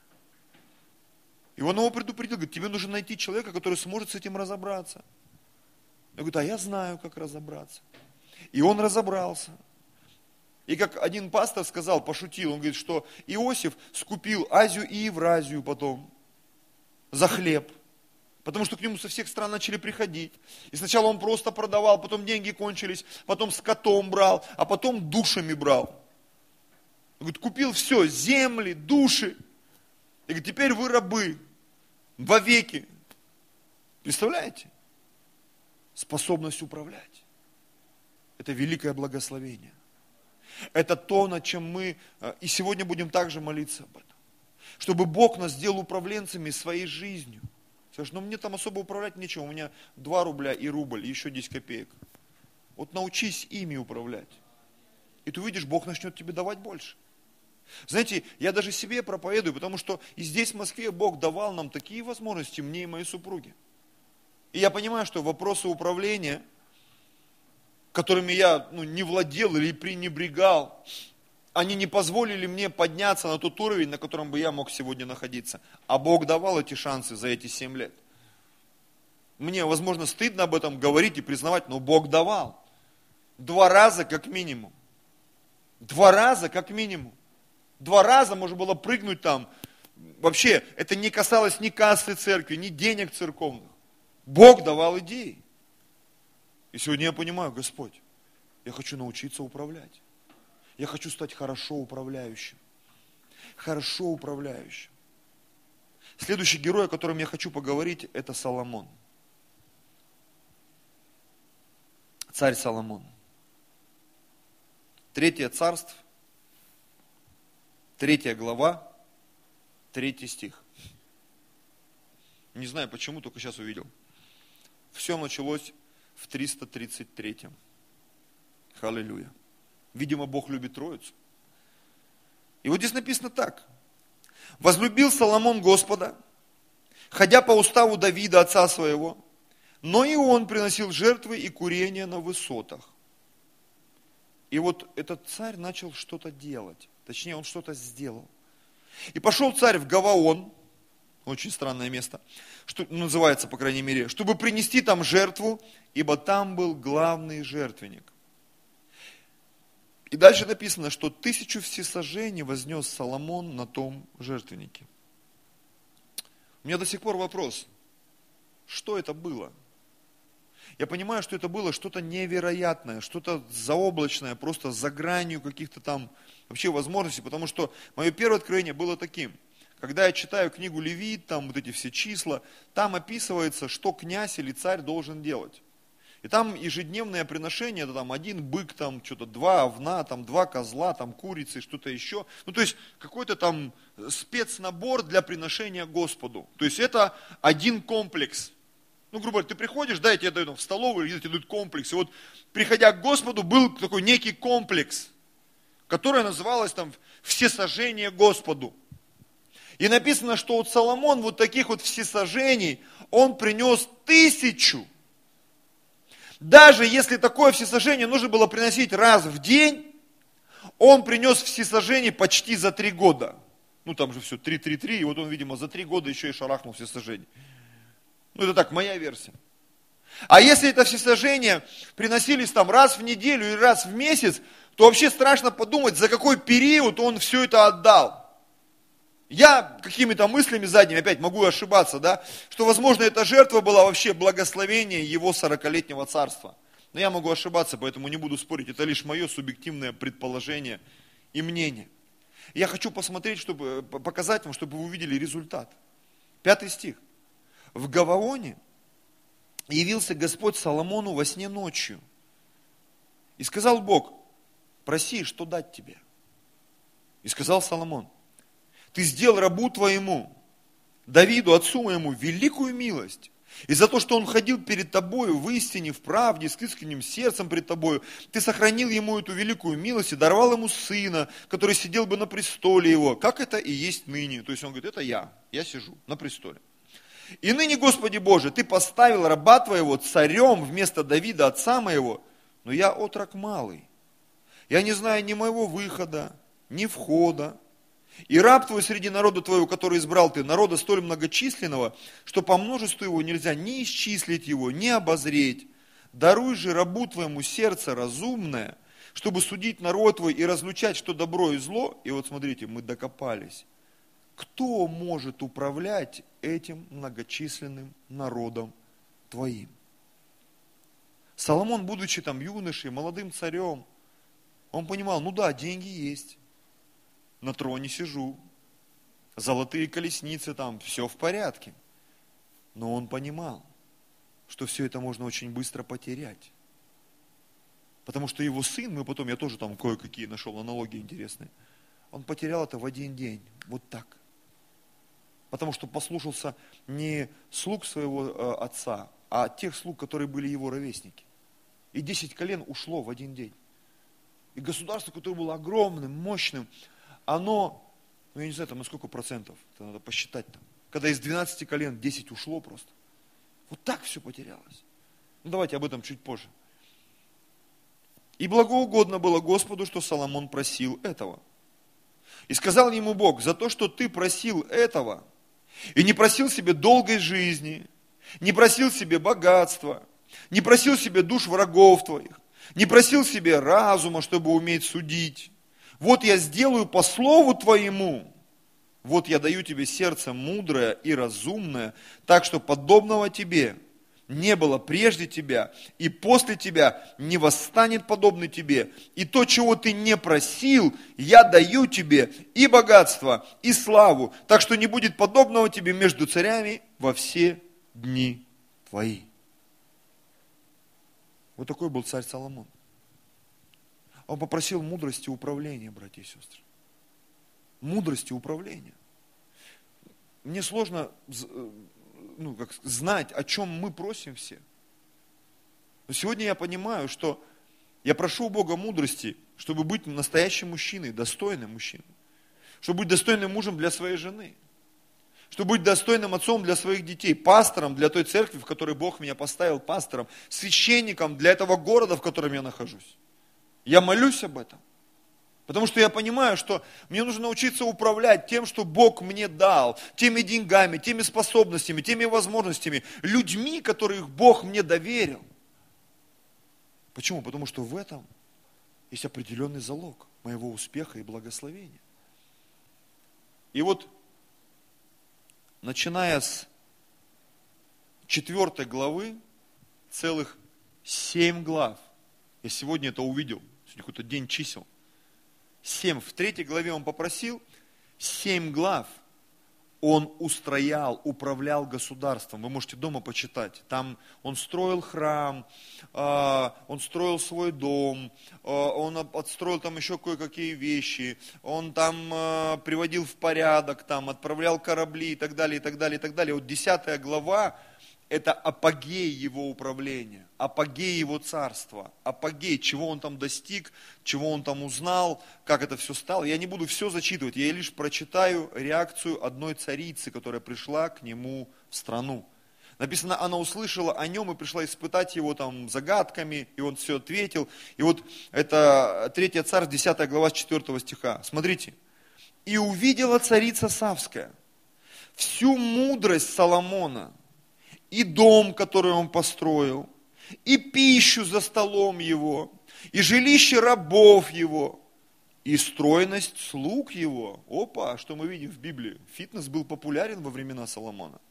И он его предупредил, говорит, тебе нужно найти человека, который сможет с этим разобраться. Я говорю, а я знаю, как разобраться. И он разобрался. И как один пастор сказал, пошутил, он говорит, что Иосиф скупил Азию и Евразию потом за хлеб. Потому что к нему со всех стран начали приходить. И сначала он просто продавал, потом деньги кончились, потом скотом брал, а потом душами брал. Он говорит, купил все, земли, души. И говорит, теперь вы рабы, вовеки. Представляете? Способность управлять. Это великое благословение. Это то, над чем мы и сегодня будем также молиться об этом. Чтобы Бог нас сделал управленцами своей жизнью. Скажешь, ну мне там особо управлять нечего, у меня 2 рубля и рубль, и еще 10 копеек. Вот научись ими управлять. И ты увидишь, Бог начнет тебе давать больше. Знаете, я даже себе проповедую, потому что и здесь, в Москве, Бог давал нам такие возможности, мне и моей супруге. И я понимаю, что вопросы управления, которыми я не владел или пренебрегал, они не позволили мне подняться на тот уровень, на котором бы я мог сегодня находиться. А Бог давал эти шансы за эти 7 лет. Мне, возможно, стыдно об этом говорить и признавать, но Бог давал. 2 раза как минимум. 2 раза как минимум. 2 раза можно было прыгнуть там. Вообще, это не касалось ни кассы церкви, ни денег церковных. Бог давал идеи. И сегодня я понимаю, Господь, я хочу научиться управлять. Я хочу стать хорошо управляющим. Хорошо управляющим. Следующий герой, о котором я хочу поговорить, это Соломон. Царь Соломон. 3 царств, 3 глава, 3 стих. Не знаю почему, только сейчас увидел. Все началось в 333. Аллилуйя. Видимо, Бог любит Троицу. И вот здесь написано так. «Возлюбил Соломон Господа, ходя по уставу Давида, отца своего, но и он приносил жертвы и курения на высотах». И вот этот царь начал что-то делать. Точнее, он что-то сделал. «И пошел царь в Гаваон», очень странное место, что называется, по крайней мере, чтобы принести там жертву, ибо там был главный жертвенник. И дальше написано, что 1000 всесожжений вознес Соломон на том жертвеннике. У меня до сих пор вопрос, что это было? Я понимаю, что это было что-то невероятное, что-то заоблачное, просто за гранью каких-то там вообще возможностей, потому что мое первое откровение было таким. когда я читаю книгу Левит, там вот эти все числа, там описывается, что князь или царь должен делать. И там ежедневное приношение, это там один бык, там что-то 2 овна, там 2 козла, там курицы, что-то еще. Ну, то есть, какой-то там спецнабор для приношения Господу. То есть, это один комплекс. Ну, грубо говоря, ты приходишь, да, и тебе дают в столовую, или тебе дают комплекс. И вот, приходя к Господу, был такой некий комплекс, который называлось там «Всесожжение Господу». И написано, что вот Соломон вот таких вот всесожжений, он принес 1000. Даже если такое всесожжение нужно было приносить раз в день, он принес всесожжение почти за 3 года. Ну там же все 3, и вот он, видимо, за 3 года еще и шарахнул всесожжение. Ну это так, моя версия. А если это всесожжение приносились там раз в неделю или раз в месяц, то вообще страшно подумать, за какой период он все это отдал. Я какими-то мыслями задними, опять могу ошибаться, да, что, возможно, эта жертва была вообще благословение его 40-летнего царства. Но я могу ошибаться, поэтому не буду спорить, это лишь мое субъективное предположение и мнение. Я хочу посмотреть, чтобы показать вам, чтобы вы увидели результат. 5 стих. В Гаваоне явился Господь Соломону во сне ночью. И сказал Бог: проси, что дать тебе. И сказал Соломон: ты сделал рабу твоему, Давиду, отцу моему, великую милость. И за то, что он ходил перед тобою в истине, в правде, с искренним сердцем пред тобою, ты сохранил ему эту великую милость и даровал ему сына, который сидел бы на престоле его, как это и есть ныне. То есть он говорит, это я сижу на престоле. И ныне, Господи Боже, ты поставил раба твоего царем вместо Давида, отца моего, но я отрок малый. Я не знаю ни моего выхода, ни входа. И раб твой среди народа твоего, который избрал ты, народа столь многочисленного, что по множеству его нельзя ни исчислить его, ни обозреть. Даруй же рабу твоему сердце разумное, чтобы судить народ твой и разлучать, что добро и зло. И вот смотрите, мы докопались. Кто может управлять этим многочисленным народом твоим? Соломон, будучи там юношей, молодым царем, он понимал, ну да, деньги есть. На троне сижу, золотые колесницы там, все в порядке. Но он понимал, что все это можно очень быстро потерять. Потому что его сын, я тоже там кое-какие нашел аналогии интересные, он потерял это в один день, вот так. Потому что послушался не слуг своего отца, а тех слуг, которые были его ровесники. И 10 колен ушло в один день. И государство, которое было огромным, мощным, оно, я не знаю, там на сколько процентов, это надо посчитать там. Когда из 12 колен 10 ушло просто. Вот так все потерялось. Ну давайте об этом чуть позже. И благоугодно было Господу, что Соломон просил этого. И сказал ему Бог: за то, что ты просил этого, и не просил себе долгой жизни, не просил себе богатства, не просил себе душ врагов твоих, не просил себе разума, чтобы уметь судить. Вот я сделаю по слову твоему, вот я даю тебе сердце мудрое и разумное, так что подобного тебе не было прежде тебя, и после тебя не восстанет подобный тебе. И то, чего ты не просил, я даю тебе и богатство, и славу, так что не будет подобного тебе между царями во все дни твои. Вот такой был царь Соломон. Он попросил мудрости управления, братья и сестры. Мудрости управления. Мне сложно знать, о чем мы просим все. Но сегодня я понимаю, что я прошу у Бога мудрости, чтобы быть настоящим мужчиной, достойным мужчиной. Чтобы быть достойным мужем для своей жены. Чтобы быть достойным отцом для своих детей, пастором для той церкви, в которой Бог меня поставил пастором, священником для этого города, в котором я нахожусь. Я молюсь об этом, потому что я понимаю, что мне нужно научиться управлять тем, что Бог мне дал, теми деньгами, теми способностями, теми возможностями, людьми, которых Бог мне доверил. Почему? Потому что в этом есть определенный залог моего успеха и благословения. И вот, начиная с 4 главы, целых 7 глав, я сегодня это увидел, сегодня какой-то день чисел. 7. В 3 главе он попросил 7 глав Он управлял государством. Вы можете дома почитать. Там он строил храм, он строил свой дом, он отстроил там еще кое-какие вещи, он там приводил в порядок, там отправлял корабли и так далее, и так далее, и так далее. Вот 10 глава – это апогей его управления, апогей его царства, апогей, чего он там достиг, чего он там узнал, как это все стало. Я не буду все зачитывать, я лишь прочитаю реакцию одной царицы, которая пришла к нему в страну. Написано, она услышала о нем и пришла испытать его там загадками, и он все ответил. И вот это 3 Царств, 10 глава, с 4 стиха. Смотрите. «И увидела царица Савская всю мудрость Соломона, и дом, который он построил, и пищу за столом его, и жилище рабов его, и стройность слуг его». Опа, что мы видим в Библии? Фитнес был популярен во времена Соломона.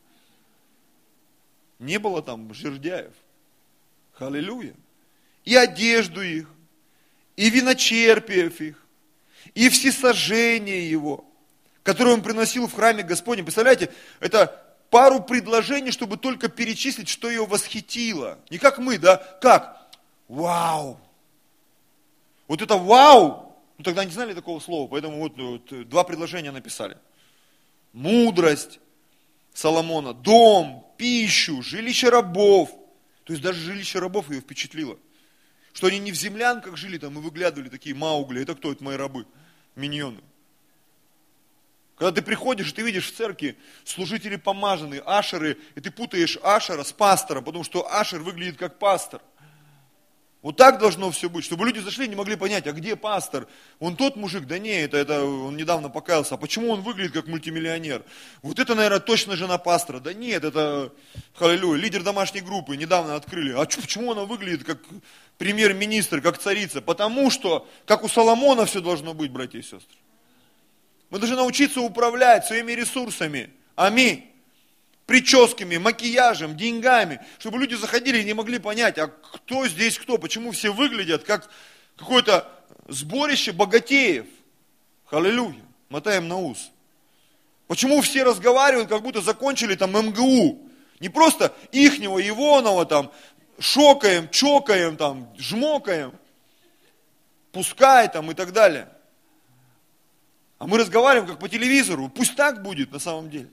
Не было там жердяев. Аллилуйя. И одежду их, и виночерпиев их, и всесожжение его, которое он приносил в храме Господнем. Представляете, это пару предложений, чтобы только перечислить, что ее восхитило. Не как мы, да? Как? Вау! Вот это вау! Ну тогда не знали такого слова, поэтому вот 2 предложения написали. Мудрость Соломона, дом, пищу, жилище рабов. То есть даже жилище рабов ее впечатлило. Что они не в землянках жили там и выглядывали такие Маугли. Это кто? Это мои рабы, миньоны. Когда ты приходишь, ты видишь в церкви служители помазанные, ашеры, и ты путаешь ашера с пастором, потому что ашер выглядит как пастор. Вот так должно все быть, чтобы люди зашли и не могли понять, а где пастор? Он тот мужик? Да не, это он недавно покаялся. А почему он выглядит как мультимиллионер? Вот это, наверное, точно жена пастора. Да нет, это, аллилуйя, лидер домашней группы, недавно открыли. А почему она выглядит как премьер-министр, как царица? Потому что, как у Соломона все должно быть, братья и сестры. Мы должны научиться управлять своими ресурсами. Аминь. Прическами, макияжем, деньгами. Чтобы люди заходили и не могли понять, а кто здесь кто, почему все выглядят как какое-то сборище богатеев. Аллилуйя. Мотаем на ус. Почему все разговаривают, как будто закончили там МГУ. Не просто ихнего, Ивонова там шокаем, чокаем, там, жмокаем, пускай там и так далее. А мы разговариваем как по телевизору. Пусть так будет на самом деле.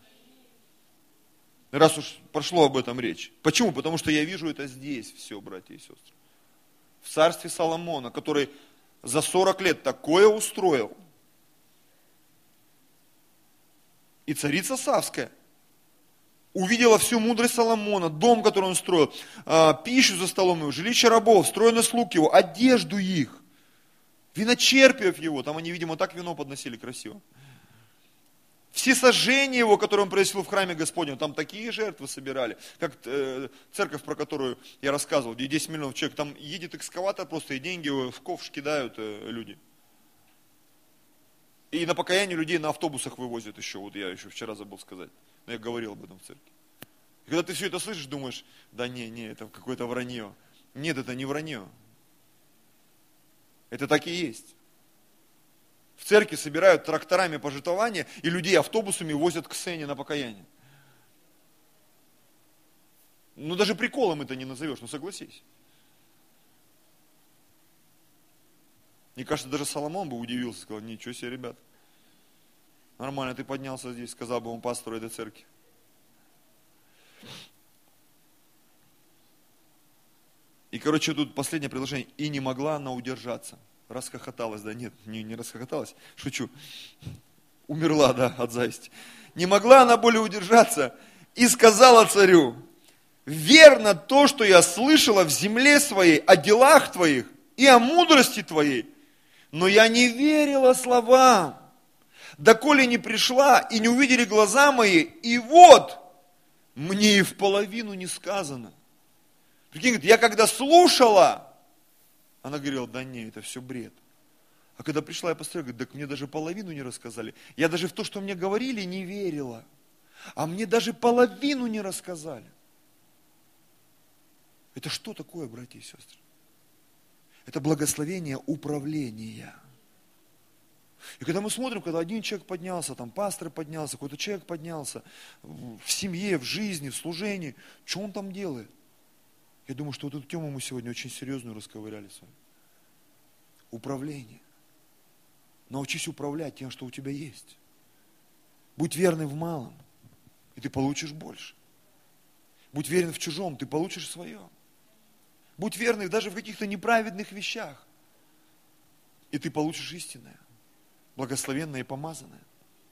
Раз уж прошло об этом речь. Почему? Потому что я вижу это здесь все, братья и сестры. В царстве Соломона, который за 40 лет такое устроил. И царица Савская увидела всю мудрость Соломона, дом, который он строил, пищу за столом его, жилище рабов, стройный слуг его, одежду их. Виночерпиев его, там они, видимо, так вино подносили красиво. Всесожжение его, которое он приносил в храме Господнем, там такие жертвы собирали, как церковь, про которую я рассказывал, где 10 миллионов человек, там едет экскаватор просто, и деньги в ковш кидают люди. И на покаяние людей на автобусах вывозят еще, вот я еще вчера забыл сказать, но я говорил об этом в церкви. И когда ты все это слышишь, думаешь, да не, это какое-то вранье. Нет, это не вранье. Это так и есть. В церкви собирают тракторами пожертвования, и людей автобусами возят к сцене на покаяние. Ну, даже приколом это не назовешь, ну согласись. Мне кажется, даже Соломон бы удивился, сказал, ничего себе, ребят. Нормально ты поднялся здесь, сказал бы он пастору этой церкви. И, короче, тут последнее предложение. И не могла она удержаться. Расхохоталась, да нет, не расхохоталась, шучу. Умерла, да, от зависти. Не могла она более удержаться и сказала царю, верно то, что я слышала в земле своей о делах твоих и о мудрости твоей, но я не верила словам, доколе не пришла и не увидели глаза мои, и вот мне и в половину не сказано. Прикинь, говорит, я когда слушала, она говорила, да не, это все бред. А когда пришла я посмотрела, говорит, так мне даже половину не рассказали. Я даже в то, что мне говорили, не верила. А мне даже половину не рассказали. Это что такое, братья и сестры? Это благословение управления. И когда мы смотрим, когда один человек поднялся, там пастор поднялся, какой-то человек поднялся, в семье, в жизни, в служении, что он там делает? Я думаю, что вот эту тему мы сегодня очень серьезную расковыряли с вами. Управление. Научись управлять тем, что у тебя есть. Будь верным в малом, и ты получишь больше. Будь верен в чужом, ты получишь свое. Будь верным даже в каких-то неправедных вещах, и ты получишь истинное, благословенное и помазанное.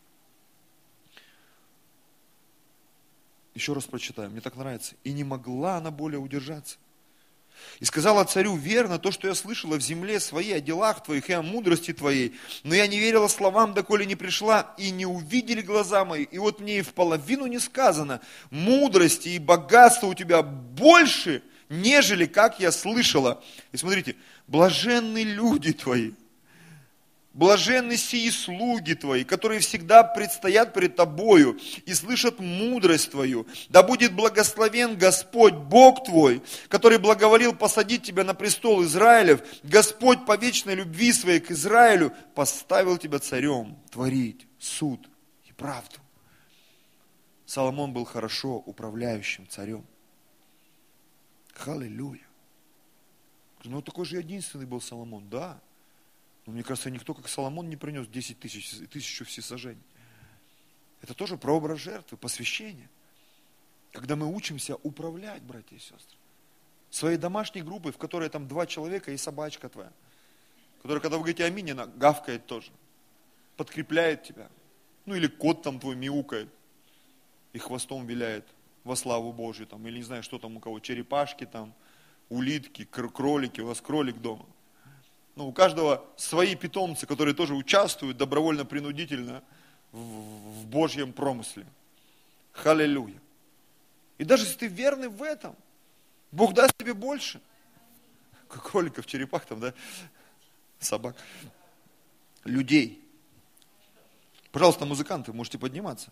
Еще раз прочитаю, мне так нравится. И не могла она более удержаться. И сказала царю: верно то, что я слышала в земле своей о делах твоих и о мудрости твоей, но я не верила словам, доколе не пришла, и не увидели глаза мои. И вот мне и в половину не сказано: мудрости и богатства у тебя больше, нежели как я слышала. И смотрите, блаженны люди твои, блаженны сии слуги твои, которые всегда предстоят пред тобою и слышат мудрость твою. Да будет благословен Господь Бог твой, который благоволил посадить тебя на престол Израилев. Господь по вечной любви своей к Израилю поставил тебя царем творить суд и правду. Соломон был хорошо управляющим царем. Аллилуйя. Ну такой же единственный был Соломон, да. Но мне кажется, никто, как Соломон, не принес 10 тысяч и 1000 всесожжений. Это тоже прообраз жертвы, посвящения. Когда мы учимся управлять, братья и сестры. Своей домашней группой, в которой там 2 человека и собачка твоя. Которая, когда вы говорите аминь, она гавкает тоже. Подкрепляет тебя. Ну или кот там твой мяукает. И хвостом виляет во славу Божью. Там, или не знаю, что там у кого, черепашки там, улитки, кролики. У вас кролик дома. Ну, у каждого свои питомцы, которые тоже участвуют добровольно-принудительно в Божьем промысле. Аллилуйя. И даже если ты верный в этом, Бог даст тебе больше. Как кроликов, черепах там, да? Собак. Людей. Пожалуйста, музыканты, можете подниматься.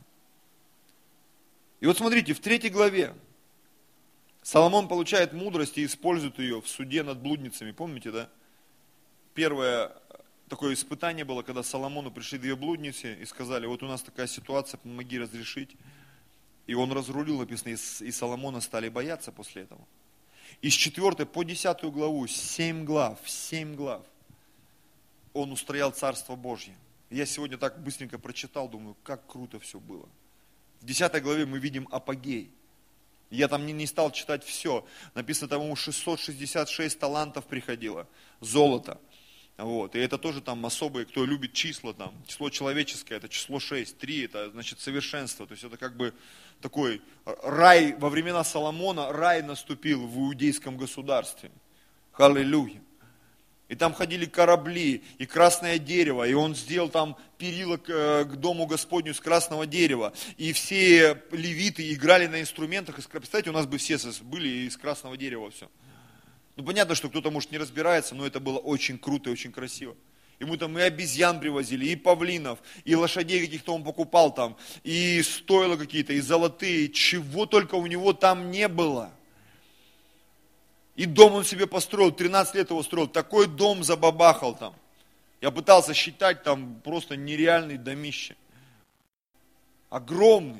И вот смотрите, в 3 главе Соломон получает мудрость и использует ее в суде над блудницами. Помните, да? Первое такое испытание было, когда Соломону пришли 2 блудницы и сказали: вот у нас такая ситуация, помоги разрешить. И он разрулил, написано, и Соломона стали бояться после этого. И с 4 по 10 главу, 7 глав, он устроял Царство Божье. Я сегодня так быстренько прочитал, думаю, как круто все было. В 10 главе мы видим апогей. Я там не стал читать все. Написано, там ему 666 талантов приходило, золота. Вот. И это тоже там особые, кто любит числа, там, число человеческое, это число 6, 3, это значит совершенство. То есть это как бы такой рай, во времена Соломона рай наступил в иудейском государстве. Аллилуйя. И там ходили корабли, и красное дерево, и он сделал там перила к дому Господню из красного дерева. И все левиты играли на инструментах. Представляете, у нас бы все были из красного дерева все. Ну, понятно, что кто-то, может, не разбирается, но это было очень круто и очень красиво. И мы там и обезьян привозили, и павлинов, и лошадей каких-то он покупал там, и стойла какие-то, и золотые, чего только у него там не было. И дом он себе построил, 13 лет его строил, такой дом забабахал там. Я пытался считать, там просто нереальный домище. Огромный.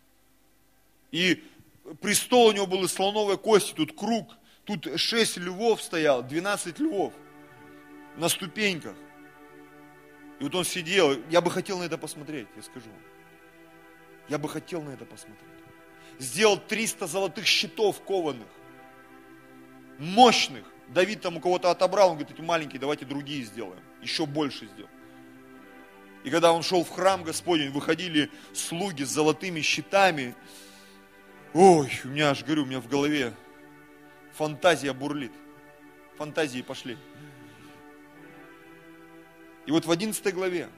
И престол у него был из слоновой кости, тут круг. Тут 6 львов стоял, 12 львов на ступеньках. И вот он сидел, я бы хотел на это посмотреть, я скажу вам. Я бы хотел на это посмотреть. Сделал 300 золотых щитов кованых, мощных. Давид там у кого-то отобрал, он говорит, эти маленькие, давайте другие сделаем, еще больше сделаем. И когда он шел в храм Господень, выходили слуги с золотыми щитами. Ой, у меня аж, говорю, у меня в голове фантазия бурлит. Фантазии пошли. И вот в 11 главе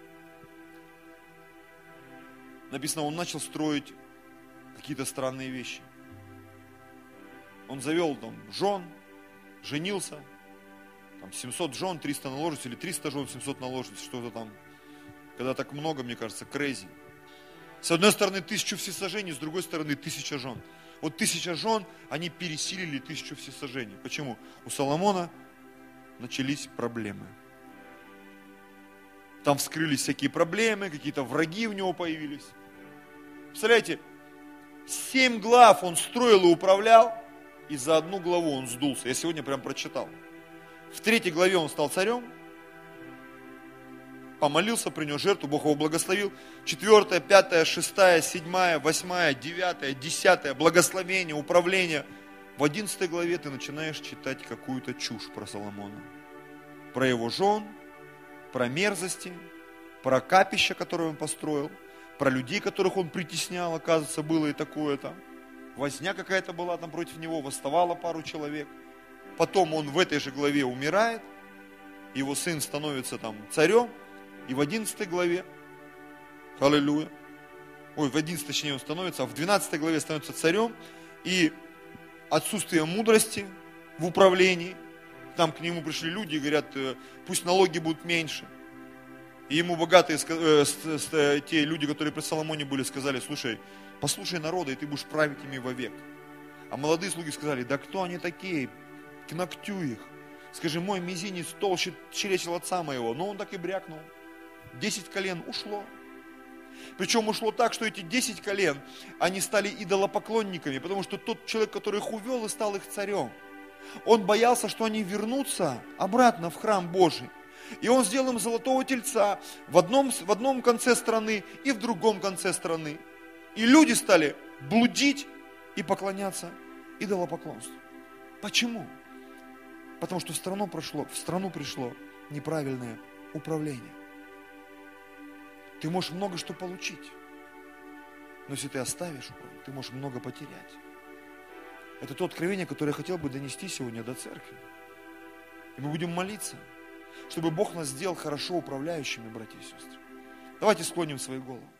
написано, он начал строить какие-то странные вещи. Он завел там жен, женился, там 700 жен, 300 наложниц, или 300 жен, 700 наложниц, что-то там. Когда так много, мне кажется, crazy. С одной стороны 1000 всесожжений, с другой стороны 1000 жен. Вот 1000 жен, они пересилили 1000 всесожжений. Почему? У Соломона начались проблемы. Там вскрылись всякие проблемы, какие-то враги у него появились. Представляете, 7 глав он строил и управлял, и за 1 главу он сдулся. Я сегодня прям прочитал. В 3 главе он стал царем, помолился, принес жертву, Бог его благословил. 4, 5, 6, 7, 8, 9, 10 благословение, управление. В 11 главе ты начинаешь читать какую-то чушь про Соломона. Про его жен, про мерзости, про капища, которые он построил, про людей, которых он притеснял, оказывается, было и такое там. Возня какая-то была там против него, восставало пару человек. Потом он в этой же главе умирает, его сын становится там царем, и в 11 главе, аллилуйя, в 11 точнее он становится, а в 12 главе становится царем, и отсутствие мудрости в управлении, там к нему пришли люди и говорят, пусть налоги будут меньше. И ему богатые, те люди, которые при Соломоне были, сказали, слушай, послушай народа, и ты будешь править ими вовек. А молодые слуги сказали, да кто они такие, к ногтю их. Скажи, мой мизинец толще чресел отца моего. Но он так и брякнул. 10 колен ушло. Причем ушло так, что эти 10 колен, они стали идолопоклонниками, потому что тот человек, который их увел и стал их царем, он боялся, что они вернутся обратно в храм Божий. И он сделал им золотого тельца в одном конце страны и в другом конце страны. И люди стали блудить и поклоняться идолопоклонству. Почему? Потому что в страну пришло неправильное управление. Ты можешь много что получить, но если ты оставишь управление, ты можешь много потерять. Это то откровение, которое я хотел бы донести сегодня до церкви. И мы будем молиться, чтобы Бог нас сделал хорошо управляющими, братья и сестры. Давайте склоним свои головы.